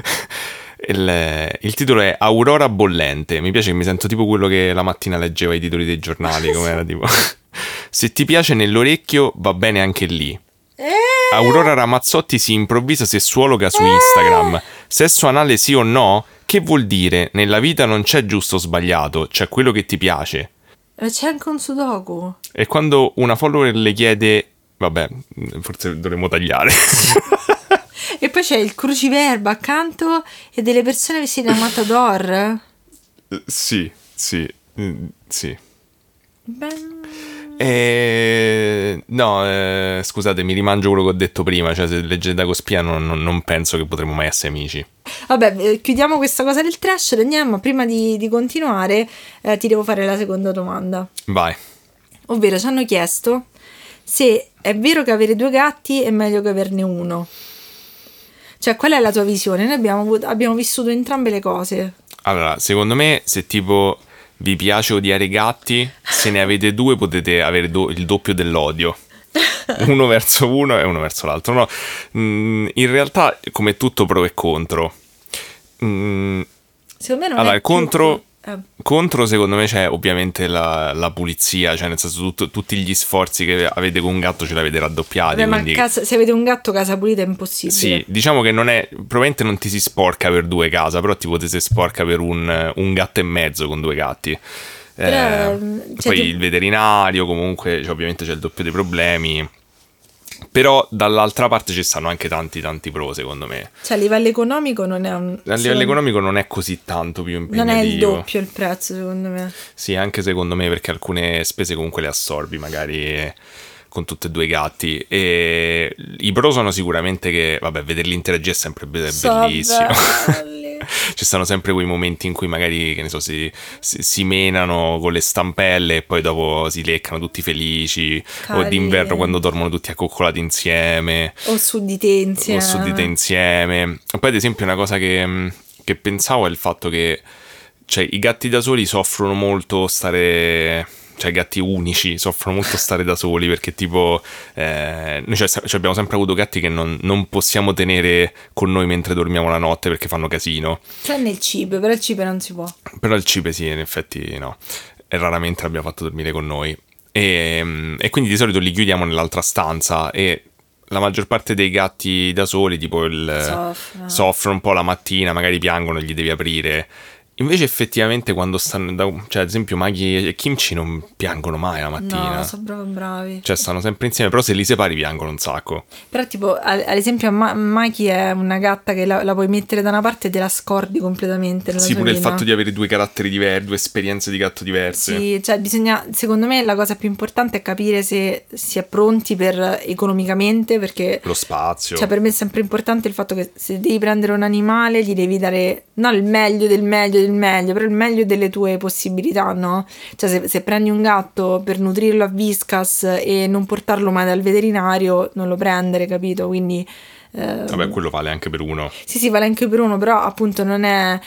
Il titolo è Aurora bollente. Mi piace che mi sento tipo quello che la mattina leggeva i titoli dei giornali, come era tipo... Se ti piace nell'orecchio va bene anche lì. Aurora Ramazzotti si improvvisa sessuologa su Instagram. Sesso anale sì o no? Che vuol dire? Nella vita non c'è giusto o sbagliato, c'è quello che ti piace. C'è anche un sudoku. E quando una follower le chiede... Vabbè, forse dovremmo tagliare. E poi c'è il cruciverbo accanto e delle persone vestite da matador. Sì. No, scusate, mi rimangio quello che ho detto prima. Cioè, se leggete da Cospia non penso che potremo mai essere amici. Vabbè, chiudiamo questa cosa del trash. Andiamo, prima di continuare, ti devo fare la seconda domanda. Vai. Ovvero, ci hanno chiesto se è vero che avere 2 gatti è meglio che averne uno. Cioè, qual è la tua visione? Noi abbiamo vissuto entrambe le cose. Allora, secondo me, se tipo vi piace odiare i gatti, se ne avete 2 potete avere il doppio dell'odio. Uno verso uno e uno verso l'altro. No, in realtà, come tutto, pro e contro. Secondo me non allora, è contro secondo me c'è ovviamente la pulizia, cioè nel senso tutti gli sforzi che avete con un gatto ce l'avete raddoppiati. Vabbè, quindi... ma se avete un gatto, casa pulita è impossibile. Sì, diciamo che probabilmente non ti si sporca per 2 casa, però ti potete sporca per un gatto e mezzo con 2 gatti. Però, poi il veterinario comunque, cioè, ovviamente c'è il doppio dei problemi. Però dall'altra parte ci stanno anche tanti pro, secondo me. Cioè a livello economico non è a livello economico non è così tanto più impegnativo. Non è il doppio il prezzo, secondo me. Sì, anche secondo me, perché alcune spese comunque le assorbi magari con tutti e 2 i gatti. E i pro sono sicuramente che, vabbè, vederli interagire è sempre bellissimo. Ci stanno sempre quei momenti in cui magari, che ne so, si menano con le stampelle e poi dopo si leccano tutti felici. Carini. O d'inverno quando dormono tutti accoccolati insieme. O su di te insieme. E poi ad esempio una cosa che pensavo è il fatto che, cioè, i gatti da soli soffrono molto stare... Cioè i gatti unici soffrono molto stare da soli, perché tipo noi abbiamo sempre avuto gatti che non possiamo tenere con noi mentre dormiamo la notte perché fanno casino. Tranne il cibo, però il cibo non si può. Però il cibo sì, in effetti no. E raramente l'abbiamo fatto dormire con noi. E quindi di solito li chiudiamo nell'altra stanza e la maggior parte dei gatti da soli tipo soffrono un po' la mattina, magari piangono e gli devi aprire. Invece effettivamente quando stanno, cioè ad esempio Maki e Kimchi non piangono mai la mattina. No, sono proprio bravi. Cioè stanno sempre insieme, però se li separi piangono un sacco. Però tipo ad esempio Maki è una gatta che la puoi mettere da una parte e te la scordi completamente. Sì, pure il fatto di avere 2 caratteri diversi, 2 esperienze di gatto diverse. Sì, cioè bisogna, secondo me la cosa più importante è capire se si è pronti per economicamente, perché lo spazio. Cioè per me è sempre importante il fatto che se devi prendere un animale gli devi dare non il meglio del meglio, però il meglio delle tue possibilità, no? Cioè se prendi un gatto per nutrirlo a Whiskas e non portarlo mai dal veterinario, non lo prendere, capito? Quindi vabbè, quello vale anche per uno. Sì, vale anche per uno, però appunto non è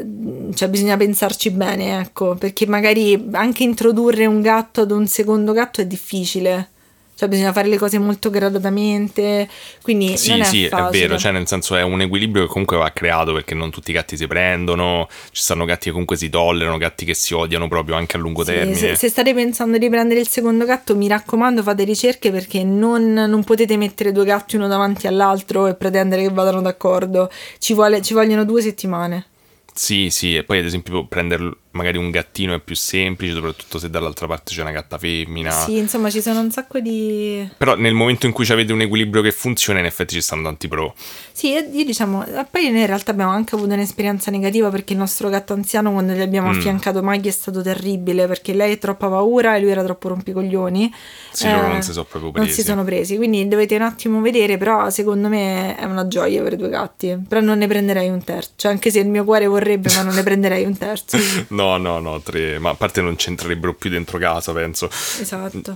cioè bisogna pensarci bene, ecco, perché magari anche introdurre un gatto ad un secondo gatto è difficile. Cioè bisogna fare le cose molto gradatamente, quindi non è facile. È vero, cioè nel senso è un equilibrio che comunque va creato, perché non tutti i gatti si prendono, ci stanno gatti che comunque si tollerano, gatti che si odiano proprio anche a lungo termine. Se state pensando di prendere il secondo gatto, mi raccomando, fate ricerche, perché non potete mettere 2 gatti uno davanti all'altro e pretendere che vadano d'accordo, ci vogliono 2 settimane. Sì, e poi ad esempio prendere magari un gattino è più semplice, soprattutto se dall'altra parte c'è una gatta femmina. Sì, insomma ci sono un sacco di... Però nel momento in cui avete un equilibrio che funziona, in effetti ci stanno tanti pro. Sì, io diciamo, poi noi in realtà abbiamo anche avuto un'esperienza negativa, perché il nostro gatto anziano, quando gli abbiamo affiancato Maggie, è stato terribile, perché lei è troppa paura e lui era troppo rompicoglioni. Sì, loro non si sono proprio presi. Non si sono presi, quindi dovete un attimo vedere, però secondo me è una gioia avere 2 gatti, però non ne prenderei un terzo, cioè anche se il mio cuore vorrebbe, ma non ne prenderei un terzo. No, 3, ma a parte non c'entrerebbero più dentro casa, penso. Esatto.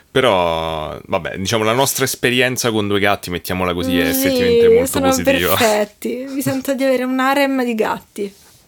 Però, vabbè, diciamo la nostra esperienza con 2 gatti, mettiamola così, è effettivamente molto sono positiva. Perfetti, mi sento di avere un harem di gatti.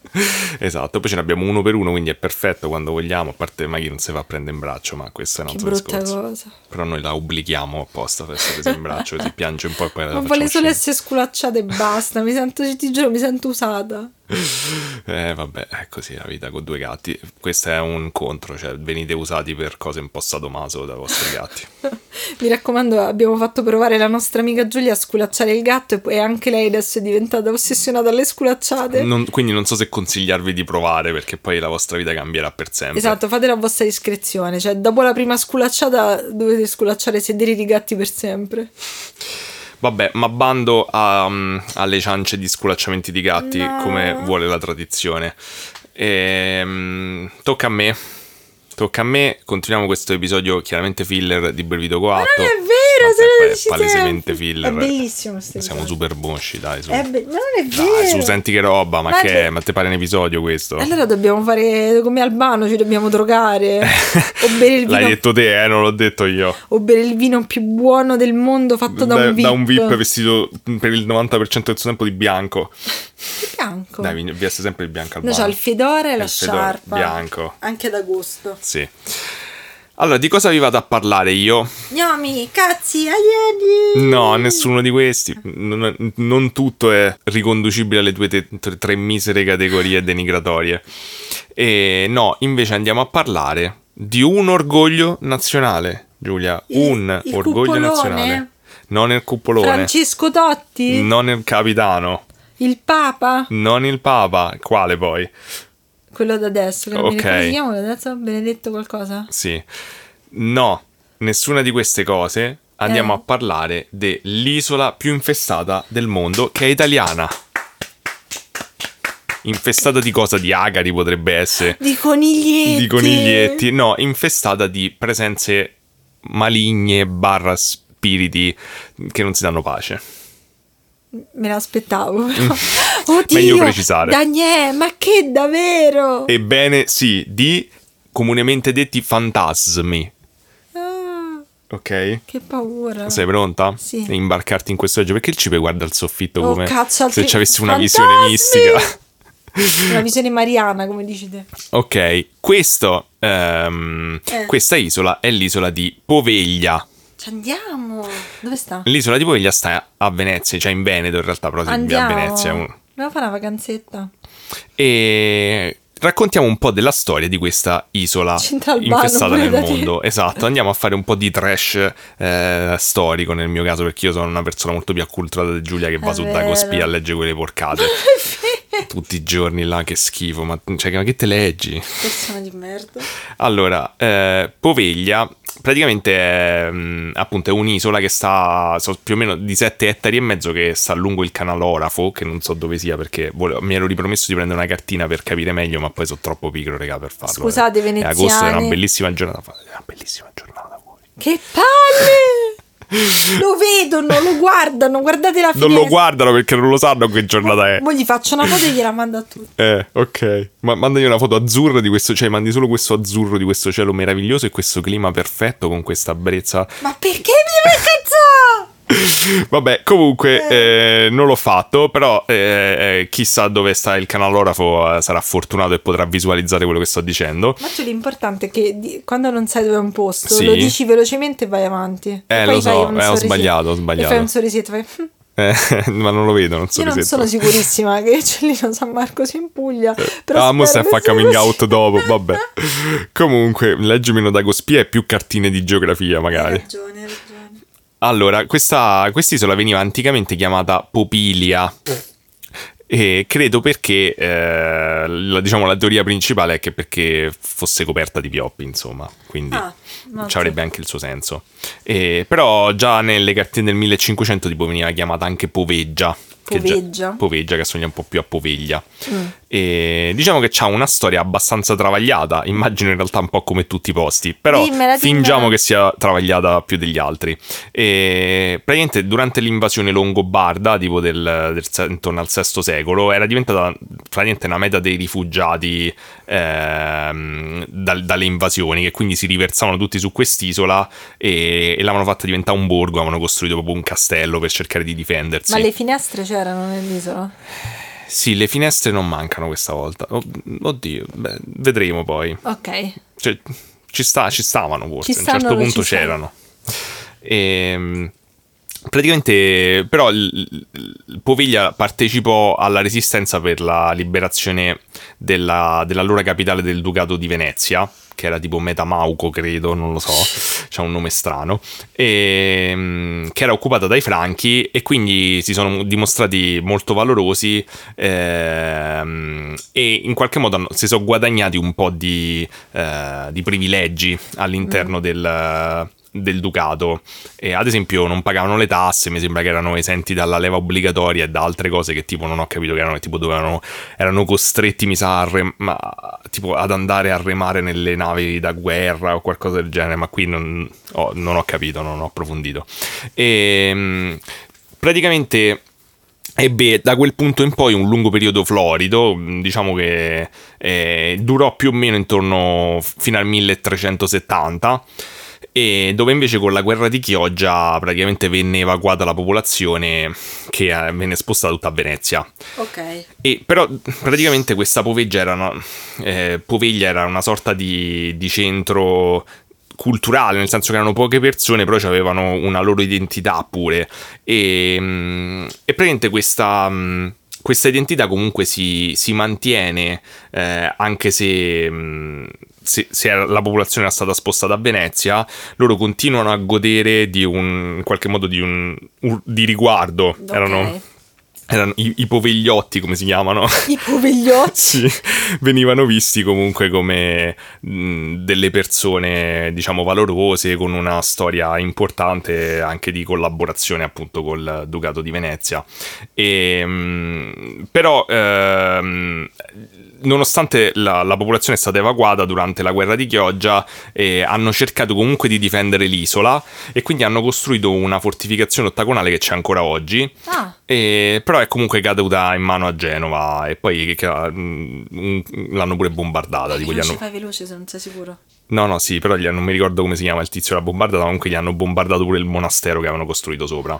Esatto, poi ce ne abbiamo uno per uno, quindi è perfetto quando vogliamo, a parte Maghi non si fa prendere in braccio, ma questo è un Che altro brutta discorso. cosa. Però noi la obblighiamo apposta per essere presa in braccio, così piange un po' e poi la Ma facciamo vuole solo uscire. essere sculacciata e basta. Ti giuro, mi sento usata. Vabbè, è così la vita con due gatti. Questo è un contro, cioè venite usati per cose un po' sadomaso dai vostri gatti. Mi raccomando, abbiamo fatto provare la nostra amica Giulia a sculacciare il gatto e anche lei adesso è diventata ossessionata alle sculacciate. Quindi non so se consigliarvi di provare, perché poi la vostra vita cambierà per sempre. Esatto, fatelo a vostra discrezione. Cioè, dopo la prima sculacciata dovete sculacciare i sederi di gatti per sempre. Vabbè, ma bando alle ciance di sculacciamenti di gatti, No. come vuole la tradizione. Tocca a me. Tocca a me. Continuiamo questo episodio chiaramente filler di Belvito Coatto. Ma non è vero, se lo dici palesemente sempre. filler. È bellissimo questo Siamo episodio. super bonsci, dai, su. Ma non è vero. Dai, su, senti che roba, ma che che- è? Ma te pare un episodio questo? Allora dobbiamo fare come Albano, ci dobbiamo drogare. O bere il L'hai vino, detto te, non l'ho detto io. o bere il vino più buono del mondo fatto da un VIP. Da un VIP vestito per il 90% del suo tempo di bianco. bianco. Dai, veste sempre il bianco al No, bar. c'ha il fedora e la Il fedora sciarpa. bianco. Anche d'agosto. Sì. Allora, di cosa vi vado a parlare io? Gnomi, cazzi, aieti. No, nessuno di questi. Non tutto è riconducibile alle tue tre misere categorie denigratorie. E no, invece andiamo a parlare di un orgoglio nazionale, Giulia. Un il orgoglio cupolone? nazionale. Non il cupolone. Francesco Totti? Non il capitano. Il Papa? Non il papa. Quale poi? Quello da adesso, che non mi Ok. ricordo come si chiama, quello da adesso, Benedetto qualcosa? Sì. No, nessuna di queste cose. Andiamo a parlare dell'isola più infestata del mondo, che è italiana. Infestata di cosa? Di agari potrebbe essere. Di coniglietti. Di coniglietti. No, infestata di presenze maligne / spiriti che non si danno pace. Me l'aspettavo. Però. Oddio, Meglio precisare. Daniele, ma che davvero? Ebbene sì, di comunemente detti fantasmi. Ah, Ok? che paura. Sei pronta? Sì. E imbarcarti in questo viaggio? Perché il cipe guarda il soffitto Oh, come cazzo, se altri ci avessi una fantasmi! visione mistica. Una visione mariana, come dici te. Ok, questa isola è l'isola di Poveglia. Ci andiamo. Dove sta? L'isola di Poveglia sta a Venezia, cioè in Veneto in realtà, però a Andiamo. Venezia. Dobbiamo fare una vacanzetta. E raccontiamo un po' della storia di questa isola C'entra Albano infestata pure nel da te. mondo. Esatto, andiamo a fare un po' di trash storico nel mio caso, perché io sono una persona molto più acculturata di Giulia che va su vero. Dagospia a leggere quelle porcate tutti i giorni là, che schifo, ma che te leggi? Persona di merda. Allora, Poveglia praticamente è appunto è un'isola che sta più o meno di 7 ettari e mezzo, che sta lungo il canale Orafo, che non so dove sia perché mi ero ripromesso di prendere una cartina per capire meglio, ma poi sono troppo pigro, raga, per farlo. Scusate, E agosto era una veneziani. bellissima giornata, era una bellissima giornata fuori. Che palle! Lo vedono, lo guardano, guardate la finestra. Non lo guardano perché non lo sanno che giornata è. Mo gli faccio una foto e gliela mando a tutti. Ok. Ma mandagli una foto azzurra di questo, cioè mandi solo questo azzurro di questo cielo meraviglioso e questo clima perfetto con questa brezza. Ma perché mi deve cazzare? Vabbè, comunque non l'ho fatto, però chissà dove sta il canale Orafo, sarà fortunato e potrà visualizzare quello che sto dicendo. Ma l'importante è che quando non sai dove è un posto, Sì. lo dici velocemente e vai avanti. E poi Lo so, fai un ho sorrisetto. sbagliato, ho E sbagliato. fai un sorrisetto, fai... Ma non lo vedo, non so. Io non sono sicurissima che Cellino San Marco sia in Puglia. Però Mo spero stai a che fa sia coming così. out dopo, vabbè. Comunque, leggi meno Dagospia e più cartine di geografia, magari. Hai ragione. Allora, quest'isola veniva anticamente chiamata Popilia. E credo perché, la teoria principale è che perché fosse coperta di pioppi, insomma. Quindi ci avrebbe anche il suo senso. Però già nelle cartine del 1500 tipo veniva chiamata anche Poveggia. Poveggia, che assomiglia un po' più a Poveglia. E diciamo che c'ha una storia abbastanza travagliata, immagino in realtà un po' come tutti i posti, però fingiamo che sia travagliata più degli altri. E praticamente durante l'invasione longobarda, tipo intorno al VI secolo, era diventata praticamente una meta dei rifugiati dalle invasioni, che quindi si riversavano tutti su quest'isola e l'avevano fatta diventare un borgo, avevano costruito proprio un castello per cercare di difendersi. Ma le finestre c'erano nell'isola? Sì, le finestre non mancano questa volta. Oddio, beh, vedremo poi. Ok. Cioè, ci stavano forse, Ci a un certo stanno, punto ci stanno. c'erano. Praticamente, però, Poveglia partecipò alla resistenza per la liberazione dell'allora capitale del Ducato di Venezia, che era tipo Metamauco, credo, non lo so, c'ha un nome strano, che era occupata dai Franchi, e quindi si sono dimostrati molto valorosi, e in qualche modo si sono guadagnati un po' di privilegi all'interno del ducato, e ad esempio non pagavano le tasse, mi sembra che erano esenti dalla leva obbligatoria e da altre cose che tipo non ho capito che erano, tipo erano costretti, mi sa, tipo ad andare a remare nelle navi da guerra o qualcosa del genere, ma qui non ho capito, non ho approfondito. E praticamente ebbe da quel punto in poi un lungo periodo florido, diciamo che durò più o meno intorno fino al 1370, e dove invece con la guerra di Chioggia praticamente venne evacuata la popolazione, che venne spostata tutta a Venezia. Ok. E però praticamente questa Poveglia era una sorta di centro culturale, nel senso che erano poche persone, però avevano una loro identità pure, e praticamente questa identità comunque si mantiene, anche se la popolazione era stata spostata a Venezia. Loro continuano a godere in qualche modo di riguardo. Ok. Erano i povegliotti, come si chiamano? I povegliotti? Sì, venivano visti comunque come delle persone, diciamo, valorose, con una storia importante anche di collaborazione appunto col Ducato di Venezia. Però nonostante la popolazione è stata evacuata durante la guerra di Chioggia, hanno cercato comunque di difendere l'isola, e quindi hanno costruito una fortificazione ottagonale che c'è ancora oggi. Però è comunque caduta in mano a Genova, e poi l'hanno pure bombardata. Fai veloce se non sei sicuro. No, sì, però non mi ricordo come si chiama il tizio che l'ha bombardata, comunque gli hanno bombardato pure il monastero che avevano costruito sopra.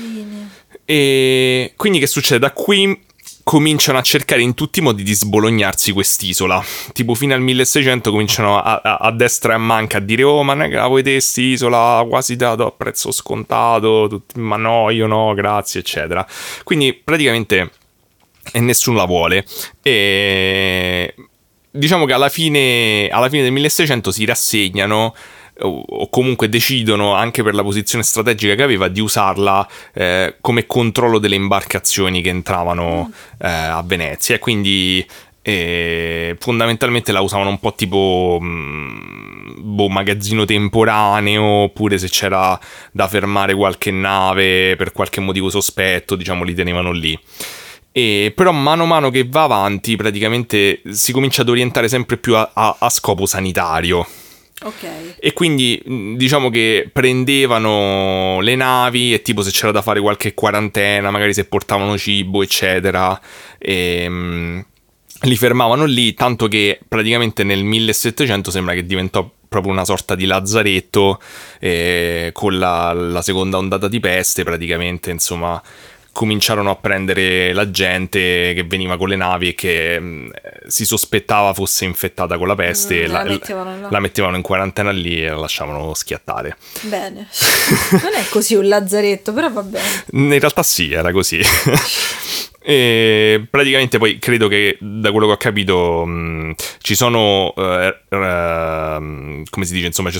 E quindi che succede? Da qui cominciano a cercare in tutti i modi di sbolognarsi quest'isola. Tipo fino al 1600 cominciano a destra e a manca a dire: oh, ma non è che la volete quest'isola quasi dato a prezzo scontato, ma no, io no, grazie, eccetera. Quindi praticamente nessuno la vuole, e diciamo che alla fine del 1600 si rassegnano, o comunque decidono, anche per la posizione strategica che aveva, di usarla come controllo delle imbarcazioni che entravano a Venezia, e quindi fondamentalmente la usavano un po' tipo magazzino temporaneo, oppure se c'era da fermare qualche nave per qualche motivo sospetto, diciamo, li tenevano lì. Però mano a mano che va avanti praticamente si comincia ad orientare sempre più a scopo sanitario. Ok. E quindi diciamo che prendevano le navi, e tipo se c'era da fare qualche quarantena, magari se portavano cibo eccetera, li fermavano lì, tanto che praticamente nel 1700 sembra che diventò proprio una sorta di lazzaretto, con la seconda ondata di peste praticamente, insomma. Cominciarono a prendere la gente che veniva con le navi e che si sospettava fosse infettata con la peste, la mettevano in quarantena lì e la lasciavano schiattare. Bene. Non è così un lazzaretto, però va bene. In realtà sì, era così. E praticamente poi credo che, da quello che ho capito, ci sono come si dice, insomma,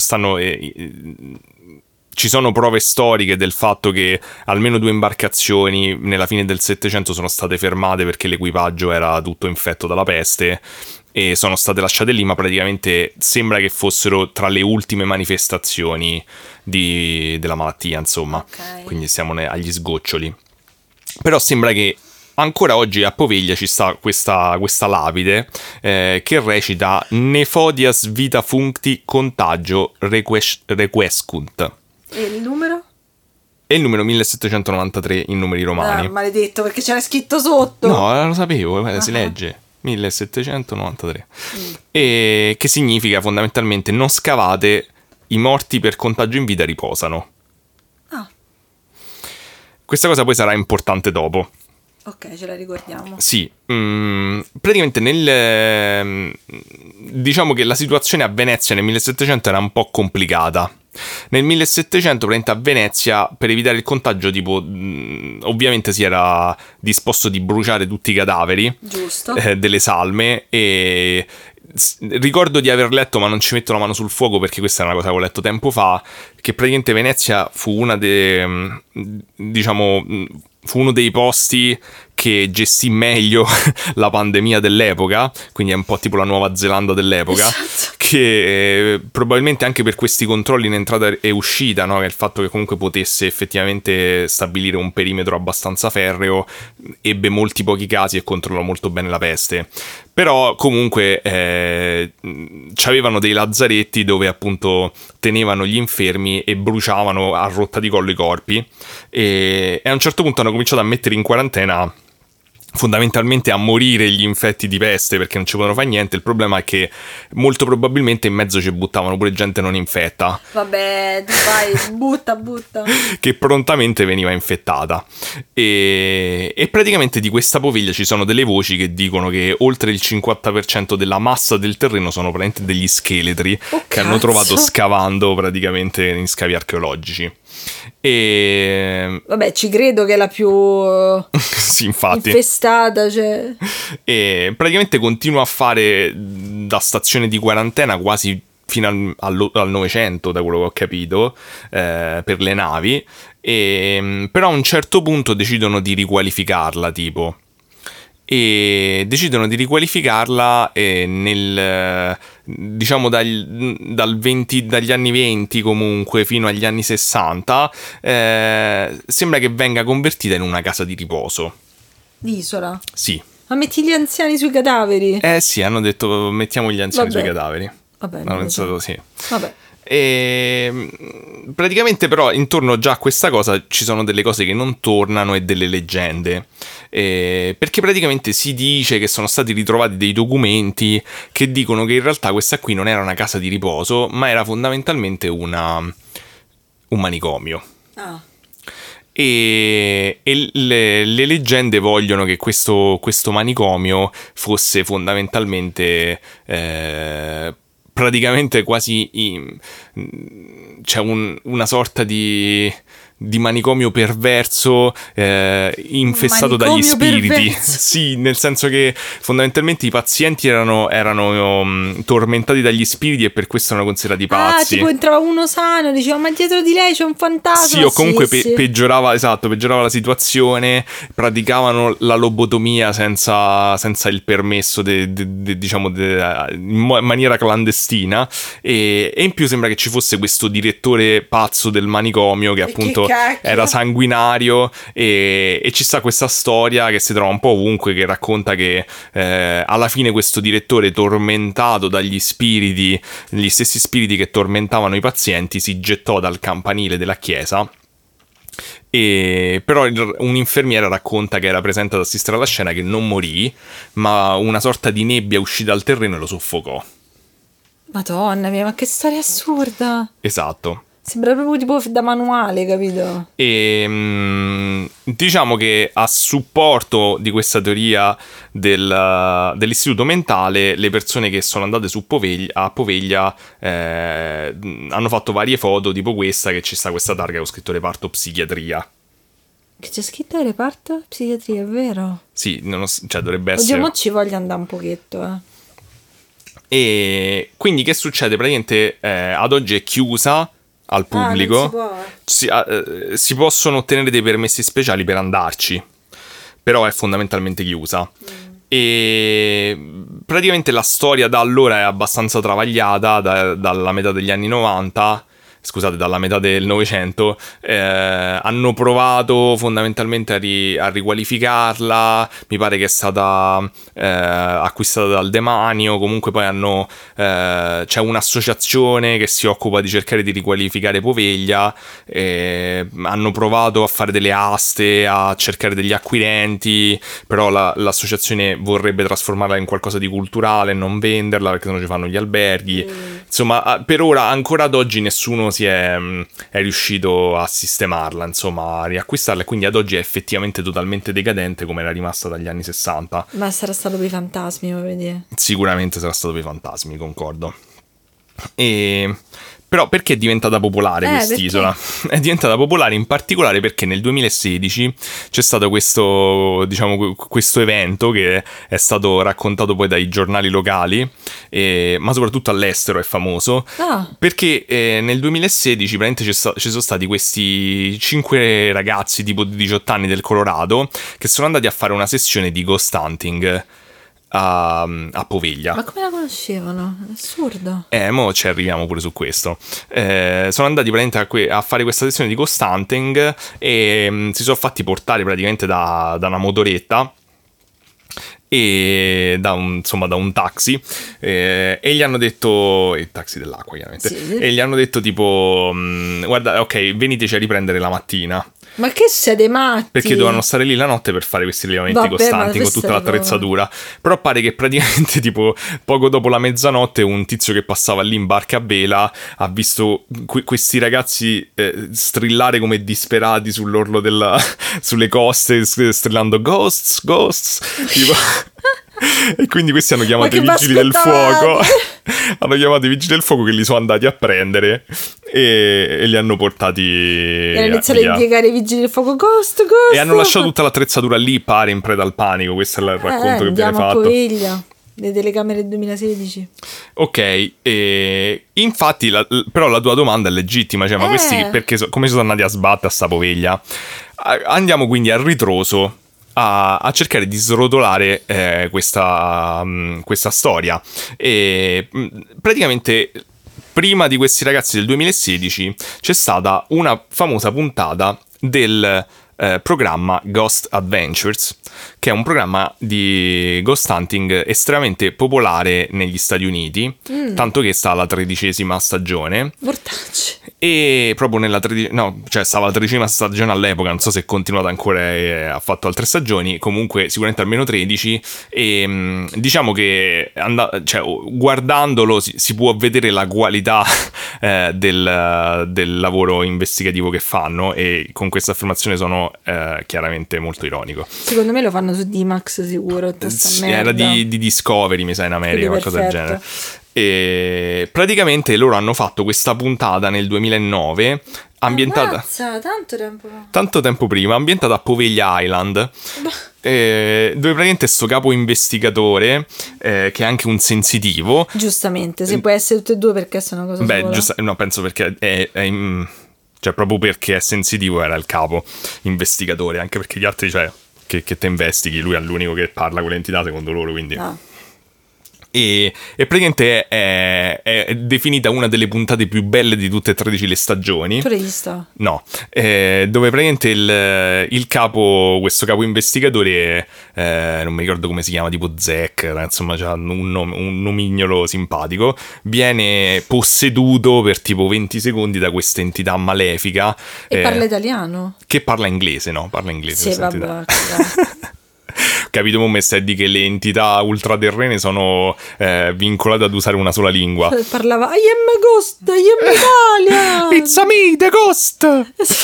ci sono prove storiche del fatto che almeno 2 imbarcazioni nella fine del Settecento sono state fermate perché l'equipaggio era tutto infetto dalla peste, e sono state lasciate lì, ma praticamente sembra che fossero tra le ultime manifestazioni della malattia, insomma. Okay. Quindi siamo agli sgoccioli. Però sembra che ancora oggi a Poveglia ci sta questa lapide che recita: Nefodias vita functi contagio requescunt. E il numero? E il numero 1793 in numeri romani. Maledetto, perché c'era scritto sotto. No, lo sapevo, si legge 1793. E che significa fondamentalmente: non scavate, i morti per contagio in vita riposano. Questa cosa poi sarà importante dopo. Ok, ce la ricordiamo. Sì, praticamente diciamo che la situazione a Venezia nel 1700 era un po' complicata. Nel 1700, praticamente a Venezia, per evitare il contagio, tipo, ovviamente si era disposto di bruciare tutti i cadaveri. Giusto. Delle salme, e ricordo di aver letto, ma non ci metto la mano sul fuoco perché questa è una cosa che ho letto tempo fa, che praticamente Venezia fu una fu uno dei posti che gestì meglio la pandemia dell'epoca, quindi è un po' tipo la Nuova Zelanda dell'epoca, esatto. Che probabilmente anche per questi controlli in entrata e uscita, no? Che il fatto che comunque potesse effettivamente stabilire un perimetro abbastanza ferreo, ebbe molti pochi casi e controllò molto bene la peste. Però comunque c'avevano dei lazzaretti dove appunto tenevano gli infermi e bruciavano a rotta di collo i corpi, e a un certo punto hanno cominciato a mettere in quarantena fondamentalmente a morire gli infetti di peste perché non ci potevano fare niente. Il problema è che molto probabilmente in mezzo ci buttavano pure gente non infetta. Vabbè, vai, butta. Che prontamente veniva infettata. E praticamente di questa poviglia ci sono delle voci che dicono che oltre il 50% della massa del terreno sono praticamente degli scheletri che hanno trovato scavando praticamente in scavi archeologici. E vabbè, ci credo che è la più sì, infatti, infestata, cioè. E praticamente continua a fare da stazione di quarantena quasi fino al Novecento, da quello che ho capito, per le navi, però a un certo punto decidono di riqualificarla, tipo. E decidono di riqualificarla diciamo dagli anni 20 comunque fino agli anni 60, sembra che venga convertita in una casa di riposo. L'isola? Sì. Ma metti gli anziani sui cadaveri? Sì, hanno detto mettiamo gli anziani sui cadaveri. Vabbè, hanno pensato sì. Vabbè. E praticamente però intorno già a questa cosa ci sono delle cose che non tornano e delle leggende, perché praticamente si dice che sono stati ritrovati dei documenti che dicono che in realtà questa qui non era una casa di riposo, ma era fondamentalmente un manicomio. E le leggende vogliono che questo manicomio fosse fondamentalmente praticamente quasi c'è una sorta di manicomio perverso infestato dagli spiriti. Sì, nel senso che fondamentalmente i pazienti erano tormentati dagli spiriti e per questo erano considerati pazzi. Tipo entrava uno sano, diceva ma dietro di lei c'è un fantasma. Sì, o comunque peggiorava la situazione, praticavano la lobotomia senza il permesso in maniera clandestina, e in più sembra che ci fosse questo direttore pazzo del manicomio che appunto era sanguinario, e ci sta questa storia che si trova un po' ovunque che racconta che alla fine questo direttore, tormentato dagli spiriti, gli stessi spiriti che tormentavano i pazienti, si gettò dal campanile della chiesa. Però un'infermiera racconta che era presente ad assistere alla scena, che non morì, ma una sorta di nebbia uscì dal terreno e lo soffocò. Madonna mia, ma che storia assurda. Esatto. Sembra proprio tipo da manuale, capito? E diciamo che a supporto di questa teoria dell'istituto mentale, le persone che sono andate a Poveglia hanno fatto varie foto, tipo questa, che ci sta questa targa con scritto reparto psichiatria. Che c'è scritto reparto psichiatria, è vero? Sì, cioè dovrebbe essere. Oddio, mo ci voglio andare un pochetto, E quindi che succede? Praticamente ad oggi è chiusa al pubblico. Si possono ottenere dei permessi speciali per andarci, però è fondamentalmente chiusa. E praticamente la storia da allora è abbastanza travagliata, dalla metà degli anni 90, scusate, dalla metà del Novecento. Hanno provato fondamentalmente a riqualificarla, mi pare che è stata acquistata dal demanio. Comunque poi c'è un'associazione che si occupa di cercare di riqualificare Poveglia, hanno provato a fare delle aste, a cercare degli acquirenti, però l'associazione vorrebbe trasformarla in qualcosa di culturale e non venderla perché sennò ci fanno gli alberghi. Insomma, per ora ancora ad oggi nessuno nessuno è riuscito a sistemarla, insomma, a riacquistarla, e quindi ad oggi è effettivamente totalmente decadente come era rimasta dagli anni 60. Ma sarà stato per i fantasmi, vuoi vedere? Sicuramente sarà stato per i fantasmi, concordo. Però perché è diventata popolare quest'isola? Perché? È diventata popolare in particolare perché nel 2016 c'è stato questo evento che è stato raccontato poi dai giornali locali, ma soprattutto all'estero è famoso, perché nel 2016 praticamente ci sono stati questi 5 ragazzi tipo di 18 anni del Colorado che sono andati a fare una sessione di ghost hunting a Poveglia. Ma come la conoscevano? È assurdo. Mo ci arriviamo pure su questo. Sono andati praticamente a fare questa sessione di ghost hunting e si sono fatti portare praticamente da una motoretta e da un taxi, e gli hanno detto, il taxi dell'acqua chiaramente, sì. E gli hanno detto tipo guarda, ok, veniteci a riprendere la mattina. Ma che siete matti? Perché dovevano stare lì la notte per fare questi rilevamenti costanti con tutta l'attrezzatura. Però pare che praticamente tipo poco dopo la mezzanotte un tizio che passava lì in barca a vela ha visto questi ragazzi strillare come disperati sull'orlo sulle coste, strillando ghosts tipo. E quindi questi hanno chiamato i vigili del fuoco. Hanno chiamato i vigili del fuoco che li sono andati a prendere e li hanno portati e hanno iniziato a impiegare i vigili del fuoco ghost. E hanno lasciato tutta l'attrezzatura lì, pare in preda al panico. Questo è il racconto che viene fatto. Poveglia, le telecamere del 2016. Ok, infatti però la tua domanda è legittima, cioè ma questi come sono andati a sbattere a sta Poveglia? Andiamo quindi a ritroso a cercare di srotolare questa storia. E praticamente prima di questi ragazzi del 2016 c'è stata una famosa puntata del programma Ghost Adventures, che è un programma di ghost hunting estremamente popolare negli Stati Uniti, tanto che sta alla 13ª stagione. Mortacci. E proprio stava alla 13ª stagione all'epoca, non so se è continuata ancora e ha fatto altre stagioni, comunque sicuramente almeno 13, e diciamo che guardandolo si può vedere la qualità del lavoro investigativo che fanno, e con questa affermazione sono chiaramente molto ironico. Secondo me lo fanno su D-Max sicuro. Era di Discovery, mi sa, in America, qualcosa del genere. E praticamente loro hanno fatto questa puntata nel 2009 ambientata tanto tempo prima, ambientata a Poveglia Island, dove praticamente sto capo investigatore che è anche un sensitivo, giustamente, se può essere tutte e due, perché sono cosa sola. Penso perché cioè proprio perché è sensitivo era il capo investigatore, anche perché gli altri, cioè che te investighi, lui è l'unico che parla con l'entità secondo loro, quindi no. E praticamente è definita una delle puntate più belle di tutte e 13 le stagioni. Tu l'hai vista? No, dove praticamente il capo, questo capo investigatore, non mi ricordo come si chiama, tipo Zack, insomma c'ha un nomignolo simpatico, viene posseduto per tipo 20 secondi da questa entità malefica. E parla italiano? Che parla inglese, no? Parla inglese. Sì, vabbè. Capito come stai di che le entità ultraterrene sono vincolate ad usare una sola lingua. Parlava I am Ghost, I am Italia. It's a me, the Ghost.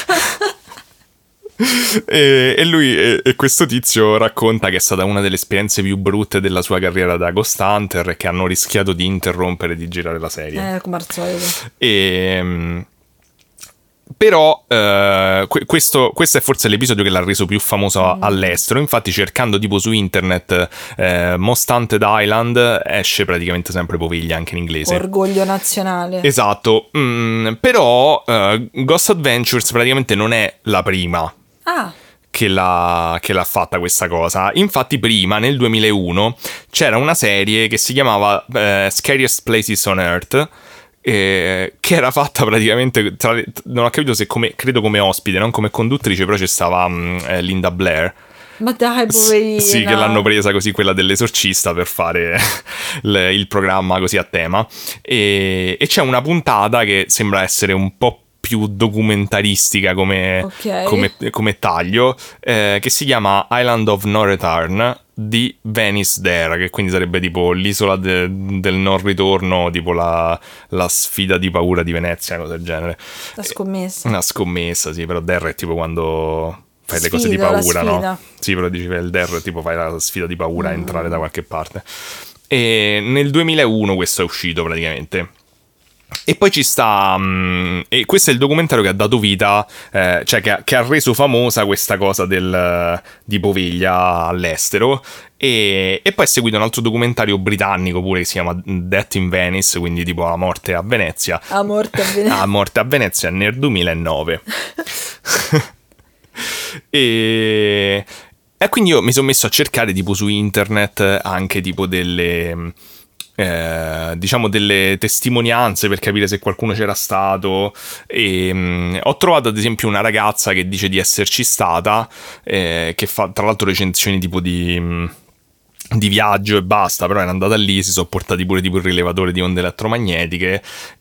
E lui e questo tizio racconta che è stata una delle esperienze più brutte della sua carriera da Ghost Hunter e che hanno rischiato di interrompere di girare la serie. Come al solito. Però questo è forse l'episodio che l'ha reso più famoso all'estero. Infatti cercando tipo su internet Most Haunted Island esce praticamente sempre Poveglia anche in inglese. Orgoglio nazionale. Esatto. Però Ghost Adventures praticamente non è la prima che l'ha fatta questa cosa. Infatti prima, nel 2001, c'era una serie che si chiamava Scariest Places on Earth, che era fatta praticamente non ho capito se credo come ospite, non come conduttrice, però c'è stava Linda Blair. Ma dai, poverina. Sì, che l'hanno presa così, quella dell'esorcista, per fare il programma così a tema. E c'è una puntata che sembra essere un po' più documentaristica come taglio, che si chiama Island of No Return, di Venice There, che quindi sarebbe tipo l'isola del non ritorno, tipo la sfida di paura di Venezia, una cosa del genere. La scommessa. Una scommessa, sì, però There è tipo quando fai le cose di paura, no? Sì, però dici il There, tipo fai la sfida di paura a entrare da qualche parte. E nel 2001 questo è uscito praticamente. E poi ci sta, e questo è il documentario che ha dato vita, cioè che ha reso famosa questa cosa di Poveglia all'estero. E poi è seguito un altro documentario britannico pure che si chiama Death in Venice, quindi tipo La morte a Venezia. La morte a Venezia. La morte a Venezia nel 2009. E quindi io mi sono messo a cercare tipo su internet anche tipo delle diciamo delle testimonianze per capire se qualcuno c'era stato, e ho trovato ad esempio una ragazza che dice di esserci stata, che fa tra l'altro recensioni tipo di viaggio e basta, però era andata lì, si sono portati pure tipo il rilevatore di onde elettromagnetiche,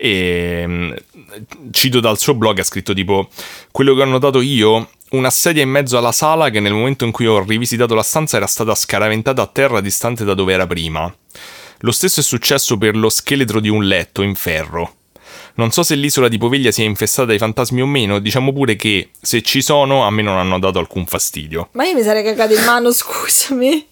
e cito dal suo blog, ha scritto tipo: quello che ho notato io, una sedia in mezzo alla sala che nel momento in cui ho rivisitato la stanza era stata scaraventata a terra distante da dove era prima. Lo stesso è successo per lo scheletro di un letto in ferro. Non so se l'isola di Poveglia sia infestata dai fantasmi o meno, diciamo pure che se ci sono a me non hanno dato alcun fastidio. Ma io mi sarei cagato in mano, scusami.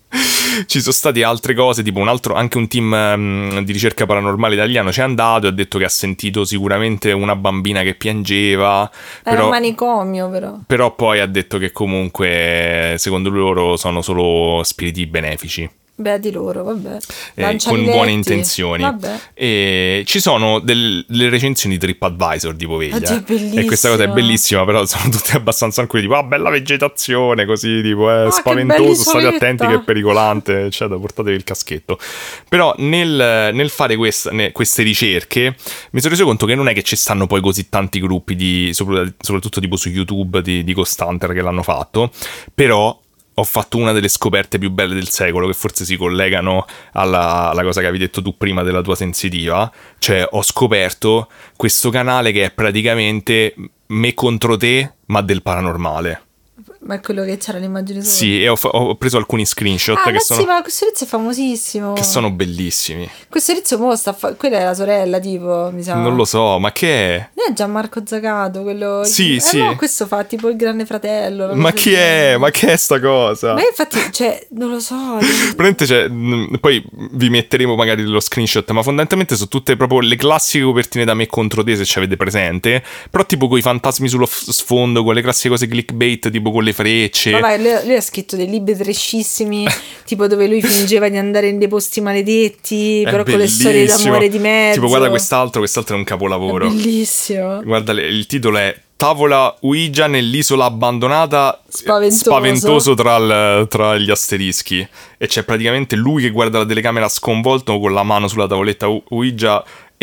Ci sono state altre cose, tipo anche un team di ricerca paranormale italiano ci è andato e ha detto che ha sentito sicuramente una bambina che piangeva. Era un manicomio, però poi ha detto che comunque secondo loro sono solo spiriti benefici. Beh, di loro, vabbè. Con buone intenzioni. Vabbè. E ci sono delle recensioni di TripAdvisor di Poveglia. E questa cosa è bellissima, però sono tutte abbastanza tranquille, tipo bella vegetazione, così tipo spaventoso, state attenti che è pericolante, eccetera, portatevi il caschetto. Però nel fare queste ricerche mi sono reso conto che non è che ci stanno poi così tanti gruppi soprattutto tipo su YouTube di Ghost Hunter che l'hanno fatto, però ho fatto una delle scoperte più belle del secolo, che forse si collegano alla cosa che avevi detto tu prima della tua sensitiva. Cioè, ho scoperto questo canale che è praticamente me contro te, ma del paranormale. Ma è quello che c'era l'immagine sopra? Sì, e ho preso alcuni screenshot che sono... sì, ma questo tizio è famosissimo. Che sono bellissimi. Questo tizio quella è la sorella, tipo, mi sa. Non lo so, ma che è? Non è Gianmarco Zagato, quello... Sì, sì. No, questo fa tipo il Grande Fratello. Ma chi è? Ma che è sta cosa? Ma infatti, cioè, non lo so. Probabilmente, poi vi metteremo magari lo screenshot, ma fondamentalmente sono tutte proprio le classiche copertine da me contro te, se ci avete presente, però tipo con i fantasmi sullo sfondo, con le classiche cose clickbait, tipo con le frecce. Ma vai, lui ha scritto dei libri trescissimi, tipo dove lui fingeva di andare in dei posti maledetti, però con le storie d'amore di mezzo. Tipo guarda quest'altro è un capolavoro. È bellissimo. Guarda, il titolo è Tavola Ouija nell'isola abbandonata, spaventoso tra gli asterischi, e c'è praticamente lui che guarda la telecamera sconvolto con la mano sulla tavoletta Ouija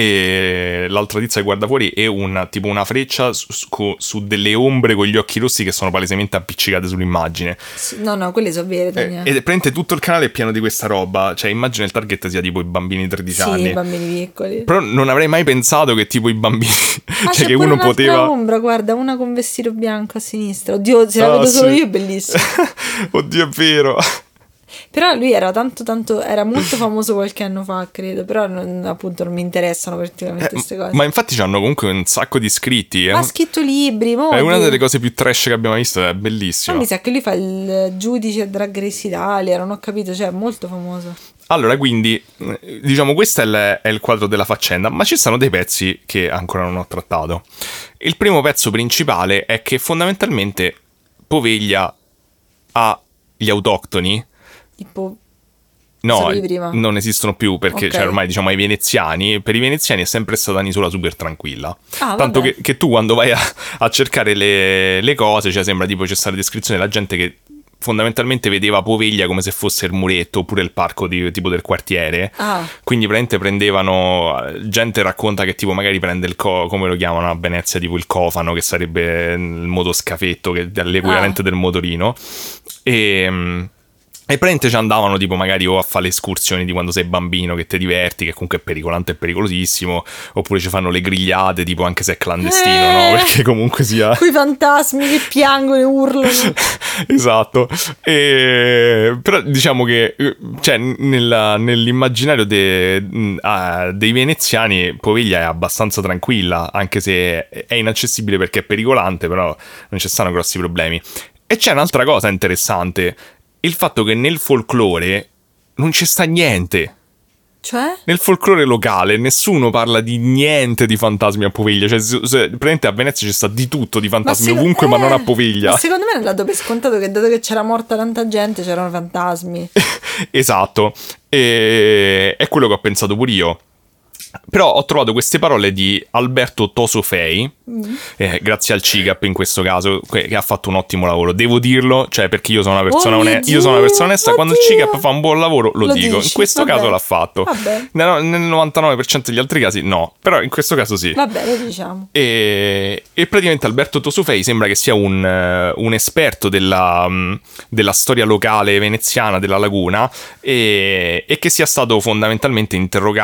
e l'altra tizia che guarda fuori, e tipo una freccia su delle ombre con gli occhi rossi che sono palesemente appiccicate sull'immagine. No, quelle so vere, Daniele. Ed praticamente tutto il canale è pieno di questa roba. Cioè, immagino il target sia tipo i bambini di 13 anni. Sì, i bambini piccoli. Però non avrei mai pensato che tipo i bambini cioè che uno poteva... ombra, guarda, una con vestito bianco a sinistra. Oddio, se la vedo solo io è bellissimo. Oddio, è vero. Però lui era era molto famoso qualche anno fa, credo. Però appunto non mi interessano particolarmente queste cose. Ma infatti c'hanno comunque un sacco di iscritti. Ha scritto libri, è una delle cose più trash che abbiamo visto, è bellissimo. Ma mi sa che lui fa il giudice a Drag Race Italia, non ho capito, cioè è molto famoso. Allora, quindi, diciamo, questo è il quadro della faccenda, ma ci sono dei pezzi che ancora non ho trattato. Il primo pezzo principale è che fondamentalmente Poveglia ha gli autoctoni. Tipo... No, non esistono più perché cioè, ormai diciamo ai veneziani, per i veneziani è sempre stata un'isola super tranquilla. Tanto che tu quando vai a cercare le cose, cioè sembra tipo c'è stata la descrizione della gente che fondamentalmente vedeva Poveglia come se fosse il muretto oppure il parco tipo del quartiere. Quindi praticamente prendevano, gente racconta che tipo magari prende come lo chiamano a Venezia, tipo il cofano, che sarebbe il motoscafetto, che è l'equivalente del motorino, E praticamente ci andavano tipo magari o a fare le escursioni di quando sei bambino che ti diverti, che comunque è pericolante e pericolosissimo, oppure ci fanno le grigliate tipo anche se è clandestino, no? Perché comunque sia... Quei fantasmi che piangono e urlano. Esatto. Però diciamo che cioè, nell'immaginario dei veneziani Poveglia è abbastanza tranquilla, anche se è inaccessibile perché è pericolante, però non ci stanno grossi problemi. E c'è un'altra cosa interessante, il fatto che nel folklore non ci sta niente. Cioè? Nel folklore locale nessuno parla di niente di fantasmi a Poveglia. Cioè, praticamente a Venezia ci sta di tutto di fantasmi ovunque, ma non a Poveglia. Ma secondo me non è dato per scontato che dato che c'era morta tanta gente c'erano fantasmi. Esatto. È quello che ho pensato pure io. Però ho trovato queste parole di Alberto Tosofei, grazie al CIGAP in questo caso, che ha fatto un ottimo lavoro. Devo dirlo, cioè perché io sono una persona onesta, quando il CIGAP fa un buon lavoro lo dico. Dici, in questo caso l'ha fatto. Nel 99% degli altri casi no, però in questo caso sì. Vabbè, lo diciamo. E praticamente Alberto Tosofei sembra che sia un esperto della storia locale veneziana della laguna e che sia stato fondamentalmente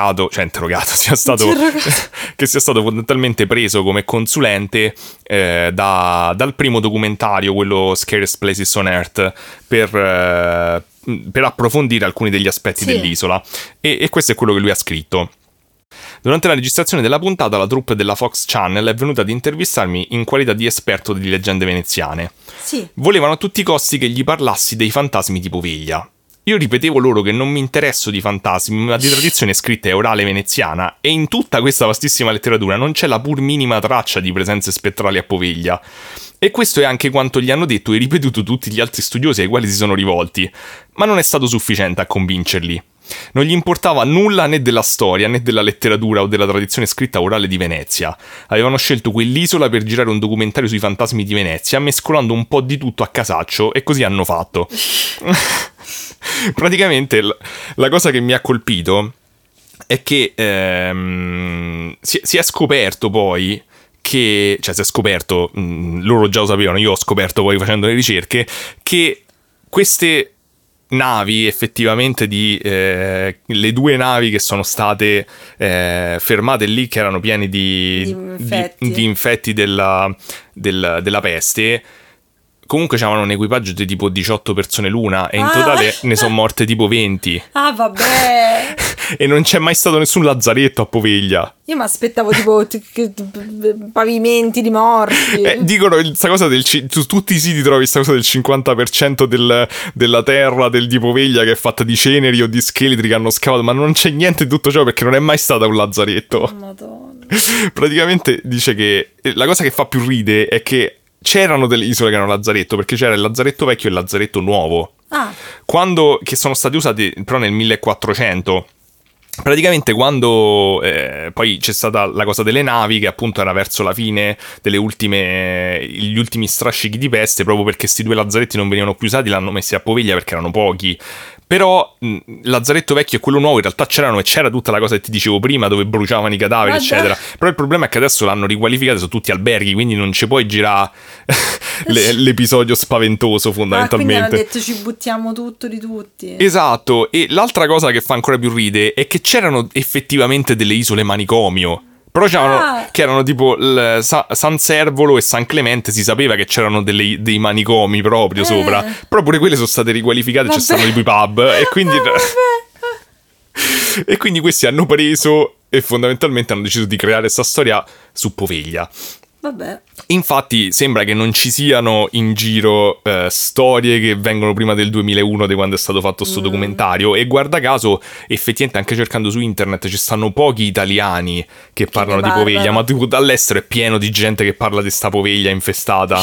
che sia stato fondamentalmente preso come consulente dal primo documentario, quello Scariest Places on Earth, per approfondire alcuni degli aspetti dell'isola, e questo è quello che lui ha scritto. Durante la registrazione della puntata, la troupe della Fox Channel è venuta ad intervistarmi in qualità di esperto di leggende veneziane. Sì. Volevano a tutti i costi che gli parlassi dei fantasmi di Poveglia. Io ripetevo loro che non mi interesso di fantasmi, ma di tradizione scritta e orale veneziana, e in tutta questa vastissima letteratura non c'è la pur minima traccia di presenze spettrali a Poveglia. E questo è anche quanto gli hanno detto e ripetuto tutti gli altri studiosi ai quali si sono rivolti, ma non è stato sufficiente a convincerli. Non gli importava nulla né della storia, né della letteratura o della tradizione scritta orale di Venezia. Avevano scelto quell'isola per girare un documentario sui fantasmi di Venezia, mescolando un po' di tutto a casaccio, e così hanno fatto. Praticamente la cosa che mi ha colpito è che si è scoperto poi che, cioè si è scoperto, loro già lo sapevano, io ho scoperto poi facendo le ricerche, che queste navi effettivamente le due navi che sono state fermate lì, che erano piene di infetti della peste, comunque c'avevano un equipaggio di tipo 18 persone l'una, e in totale ne sono morte tipo 20. Ah, vabbè. E non c'è mai stato nessun lazzaretto a Poveglia. Io mi aspettavo tipo pavimenti di morti. Dicono questa cosa su tutti i siti trovi questa cosa del 50% della terra di Poveglia che è fatta di ceneri o di scheletri che hanno scavato, ma non c'è niente di tutto ciò perché non è mai stato un lazzaretto. Madonna. Praticamente dice che la cosa che fa più ride è che c'erano delle isole che erano lazzaretto, perché c'era il lazzaretto vecchio e il lazzaretto nuovo. Che sono stati usati però nel 1400. Praticamente quando poi c'è stata la cosa delle navi, che appunto era verso la fine gli ultimi strascichi di peste, proprio perché questi due lazzaretti non venivano più usati, l'hanno messi a Poveglia perché erano pochi. Però il lazzaretto vecchio e quello nuovo in realtà c'erano, e c'era tutta la cosa che ti dicevo prima, dove bruciavano i cadaveri, eccetera. Però il problema è che adesso l'hanno riqualificato, sono tutti alberghi, quindi non ci puoi girare l'episodio spaventoso fondamentalmente. Quindi hanno detto ci buttiamo tutto di tutti. Esatto. E l'altra cosa che fa ancora più ride è che c'erano effettivamente delle isole manicomio. Però c'erano, che erano tipo San Servolo e San Clemente, si sapeva che c'erano dei manicomi proprio sopra. Però pure quelle sono state riqualificate, ci stanno tipo i pub. E quindi e quindi questi hanno preso e fondamentalmente hanno deciso di creare questa storia su Poveglia. Vabbè. Infatti sembra che non ci siano in giro storie che vengono prima del 2001, di quando è stato fatto sto documentario, e guarda caso effettivamente anche cercando su internet ci stanno pochi italiani che parlano di Poveglia, ma tipo dall'estero è pieno di gente che parla di sta Poveglia infestata.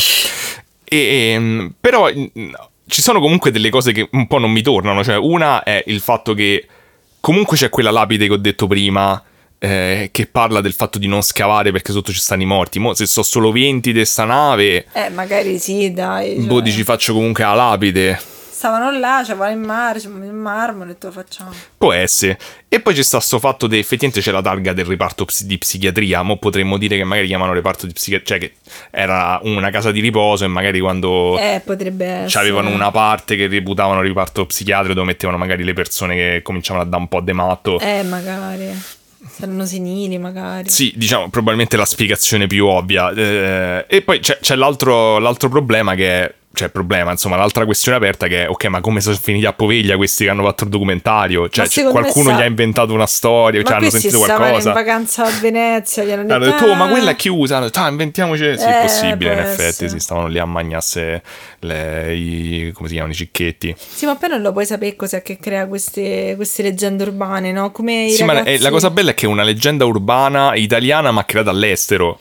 Però ci sono comunque delle cose che un po' non mi tornano, cioè una è il fatto che comunque c'è quella lapide che ho detto prima, che parla del fatto di non scavare perché sotto ci stanno i morti. Mo se so solo 20 di sta nave, magari sì, dai, dici faccio comunque la lapide. stavano là, c'avevano il mare, c'avevano il marmo, ho detto facciamo. Può essere. E poi c'è sta sto fatto che effettivamente c'è la targa del reparto di psichiatria, mo potremmo dire che magari chiamano reparto di psichiatria, cioè che era una casa di riposo e magari quando potrebbe essere. Avevano una parte che reputavano reparto psichiatrico dove mettevano magari le persone che cominciavano a dare un po' de matto. Magari saranno senili, magari. Sì, diciamo, probabilmente la spiegazione più ovvia. E poi c'è l'altro problema che è... Cioè, problema, insomma, l'altra questione aperta che è, ok, ma come sono finiti a Poveglia questi che hanno fatto il documentario? Cioè, qualcuno gli ha inventato una storia, cioè hanno sentito qualcosa. In vacanza a Venezia, gli hanno detto, ma quella è chiusa, inventiamoci. Sì, è possibile, in effetti, si stavano lì a mangiarsi come si chiamano, i cicchetti. Sì, ma poi non lo puoi sapere cos'è che crea queste leggende urbane, no? Come sì, ragazzi... ma la cosa bella è che è una leggenda urbana italiana ma creata all'estero.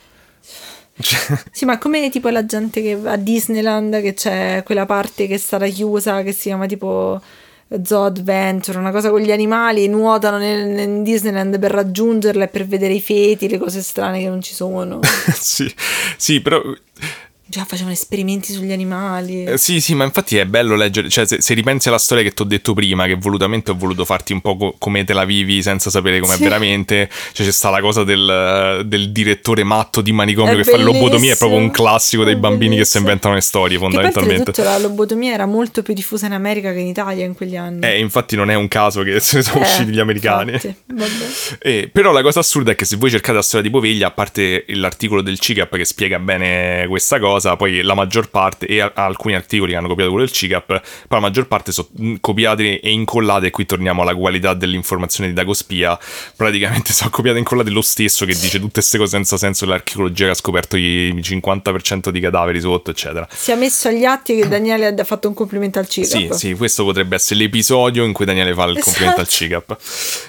Sì, ma come tipo la gente che va a Disneyland, che c'è quella parte che è stata chiusa, che si chiama tipo Zoo Adventure, una cosa con gli animali, nuotano in Disneyland per raggiungerla e per vedere i feti, le cose strane che non ci sono. sì, però... Già facevano esperimenti sugli animali. Sì, ma infatti è bello leggere, cioè se ripensi alla storia che ti ho detto prima, che volutamente ho voluto farti un po' come te la vivi senza sapere com'è veramente, cioè c'è sta la cosa del direttore matto di manicomio che fa lobotomia, è proprio un classico dei bambini che si inventano le storie, fondamentalmente. Che poi la lobotomia era molto più diffusa in America che in Italia in quegli anni. Infatti non è un caso che se ne sono usciti gli americani. Vabbè. Però la cosa assurda è che se voi cercate la storia di Poveglia, a parte l'articolo del CICAP che spiega bene questa cosa, poi la maggior parte, e alcuni articoli che hanno copiato quello del CICAP, poi la maggior parte sono copiate e incollate, e qui torniamo alla qualità dell'informazione di Dagospia, praticamente sono copiate e incollate lo stesso che dice tutte queste cose senza senso, l'archeologia che ha scoperto il 50% di cadaveri sotto, eccetera. Si è messo agli atti che Daniele ha fatto un complimento al CICAP. Sì, questo potrebbe essere l'episodio in cui Daniele fa il complimento al CICAP.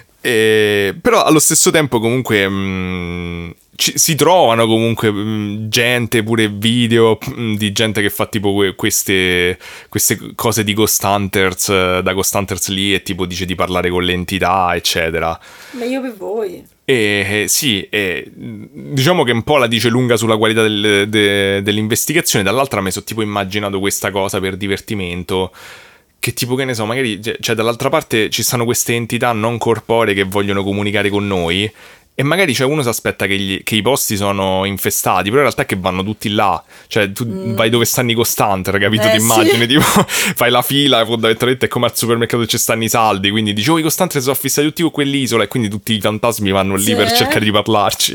Però allo stesso tempo comunque si trovano comunque gente, pure video di gente che fa tipo queste cose di Ghost Hunters, da Ghost Hunters lì, e tipo dice di parlare con le entità, eccetera. Ma io per voi. Sì, diciamo che un po' la dice lunga sulla qualità dell'investigazione. Dall'altra mi sono tipo immaginato questa cosa per divertimento, che tipo, che ne so, magari, cioè dall'altra parte ci stanno queste entità non corporee che vogliono comunicare con noi, e magari uno si aspetta che i posti sono infestati, però in realtà è che vanno tutti là, cioè tu vai dove stanno i Ghost Hunter, capito? Ti immagini, sì. Tipo, fai la fila, fondamentalmente è come al supermercato che ci stanno i saldi, quindi dici, i Ghost Hunter sono fissati tutti con quell'isola, e quindi tutti i fantasmi vanno lì per cercare di parlarci.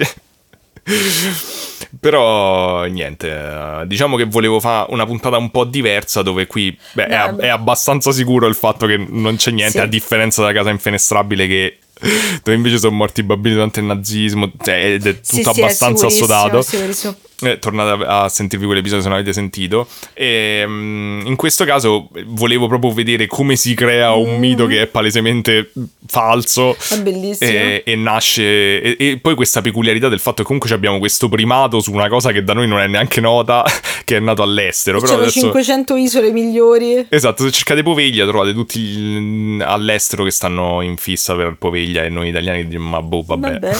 Però niente, diciamo che volevo fare una puntata un po' diversa, dove qui è abbastanza sicuro il fatto che non c'è niente, a differenza della casa infenestrabile, che dove invece sono morti i bambini durante il nazismo, ed è tutto abbastanza assodato. Tornate a sentirvi quell'episodio se non avete sentito. E in questo caso volevo proprio vedere come si crea un mito che è palesemente falso. È bellissimo. E nasce. E poi questa peculiarità del fatto che comunque abbiamo questo primato su una cosa che da noi non è neanche nota, che è nato all'estero. Però adesso 500 isole migliori. Esatto, se cercate Poveglia trovate tutti all'estero che stanno in fissa per Poveglia, e noi italiani diciamo, ma boh, vabbè. È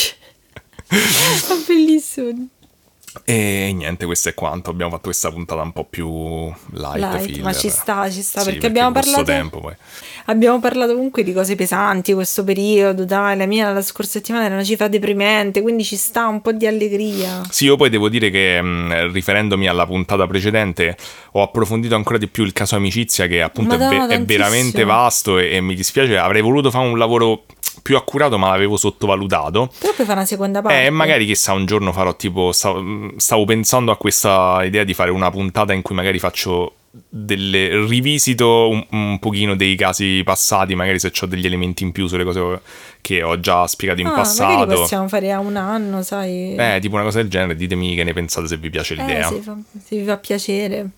bellissimo. E niente, questo è quanto. Abbiamo fatto questa puntata un po' più light, ma ci sta, sì, perché abbiamo parlato tempo, poi. Abbiamo parlato comunque di cose pesanti questo periodo, dai, la scorsa settimana era una cifra deprimente, quindi ci sta un po' di allegria. Sì, io poi devo dire che riferendomi alla puntata precedente ho approfondito ancora di più il caso Amicizia, che appunto è veramente vasto, e mi dispiace, avrei voluto fare un lavoro più accurato, ma l'avevo sottovalutato. Però puoi fare una seconda parte. Magari chissà un giorno farò tipo, stavo pensando a questa idea di fare una puntata in cui magari faccio rivisito un pochino dei casi passati, magari se ho degli elementi in più sulle cose che ho già spiegato in passato. Magari possiamo fare a un anno, sai. Tipo una cosa del genere. Ditemi che ne pensate, se vi piace l'idea. Se vi fa piacere.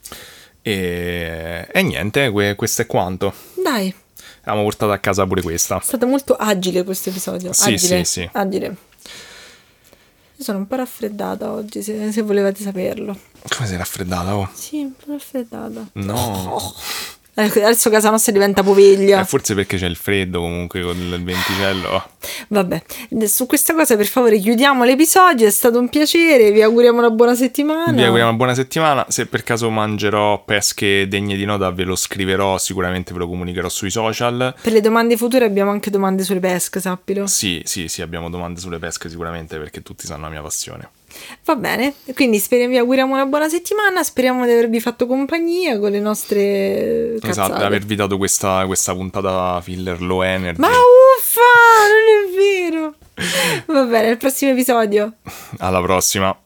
E niente, questo è quanto. Dai. Abbiamo portato a casa pure questa. È stato molto agile questo episodio. Sì. Agile. Io sono un po' raffreddata oggi, se volevate saperlo. Come sei raffreddata? Sì, un po' raffreddata. No. Adesso casa nostra diventa Poveglia. Forse perché c'è il freddo comunque con il venticello. Vabbè, su questa cosa per favore chiudiamo l'episodio, è stato un piacere, vi auguriamo una buona settimana. Vi auguriamo una buona settimana, se per caso mangerò pesche degne di nota ve lo scriverò, sicuramente ve lo comunicherò sui social. Per le domande future abbiamo anche domande sulle pesche, sappilo. Sì, abbiamo domande sulle pesche sicuramente perché tutti sanno la mia passione. Va bene, quindi vi auguriamo una buona settimana, speriamo di avervi fatto compagnia con le nostre cazzate. Esatto, avervi dato questa puntata filler low energy. Ma uffa, non è vero. Va bene, al prossimo episodio. Alla prossima.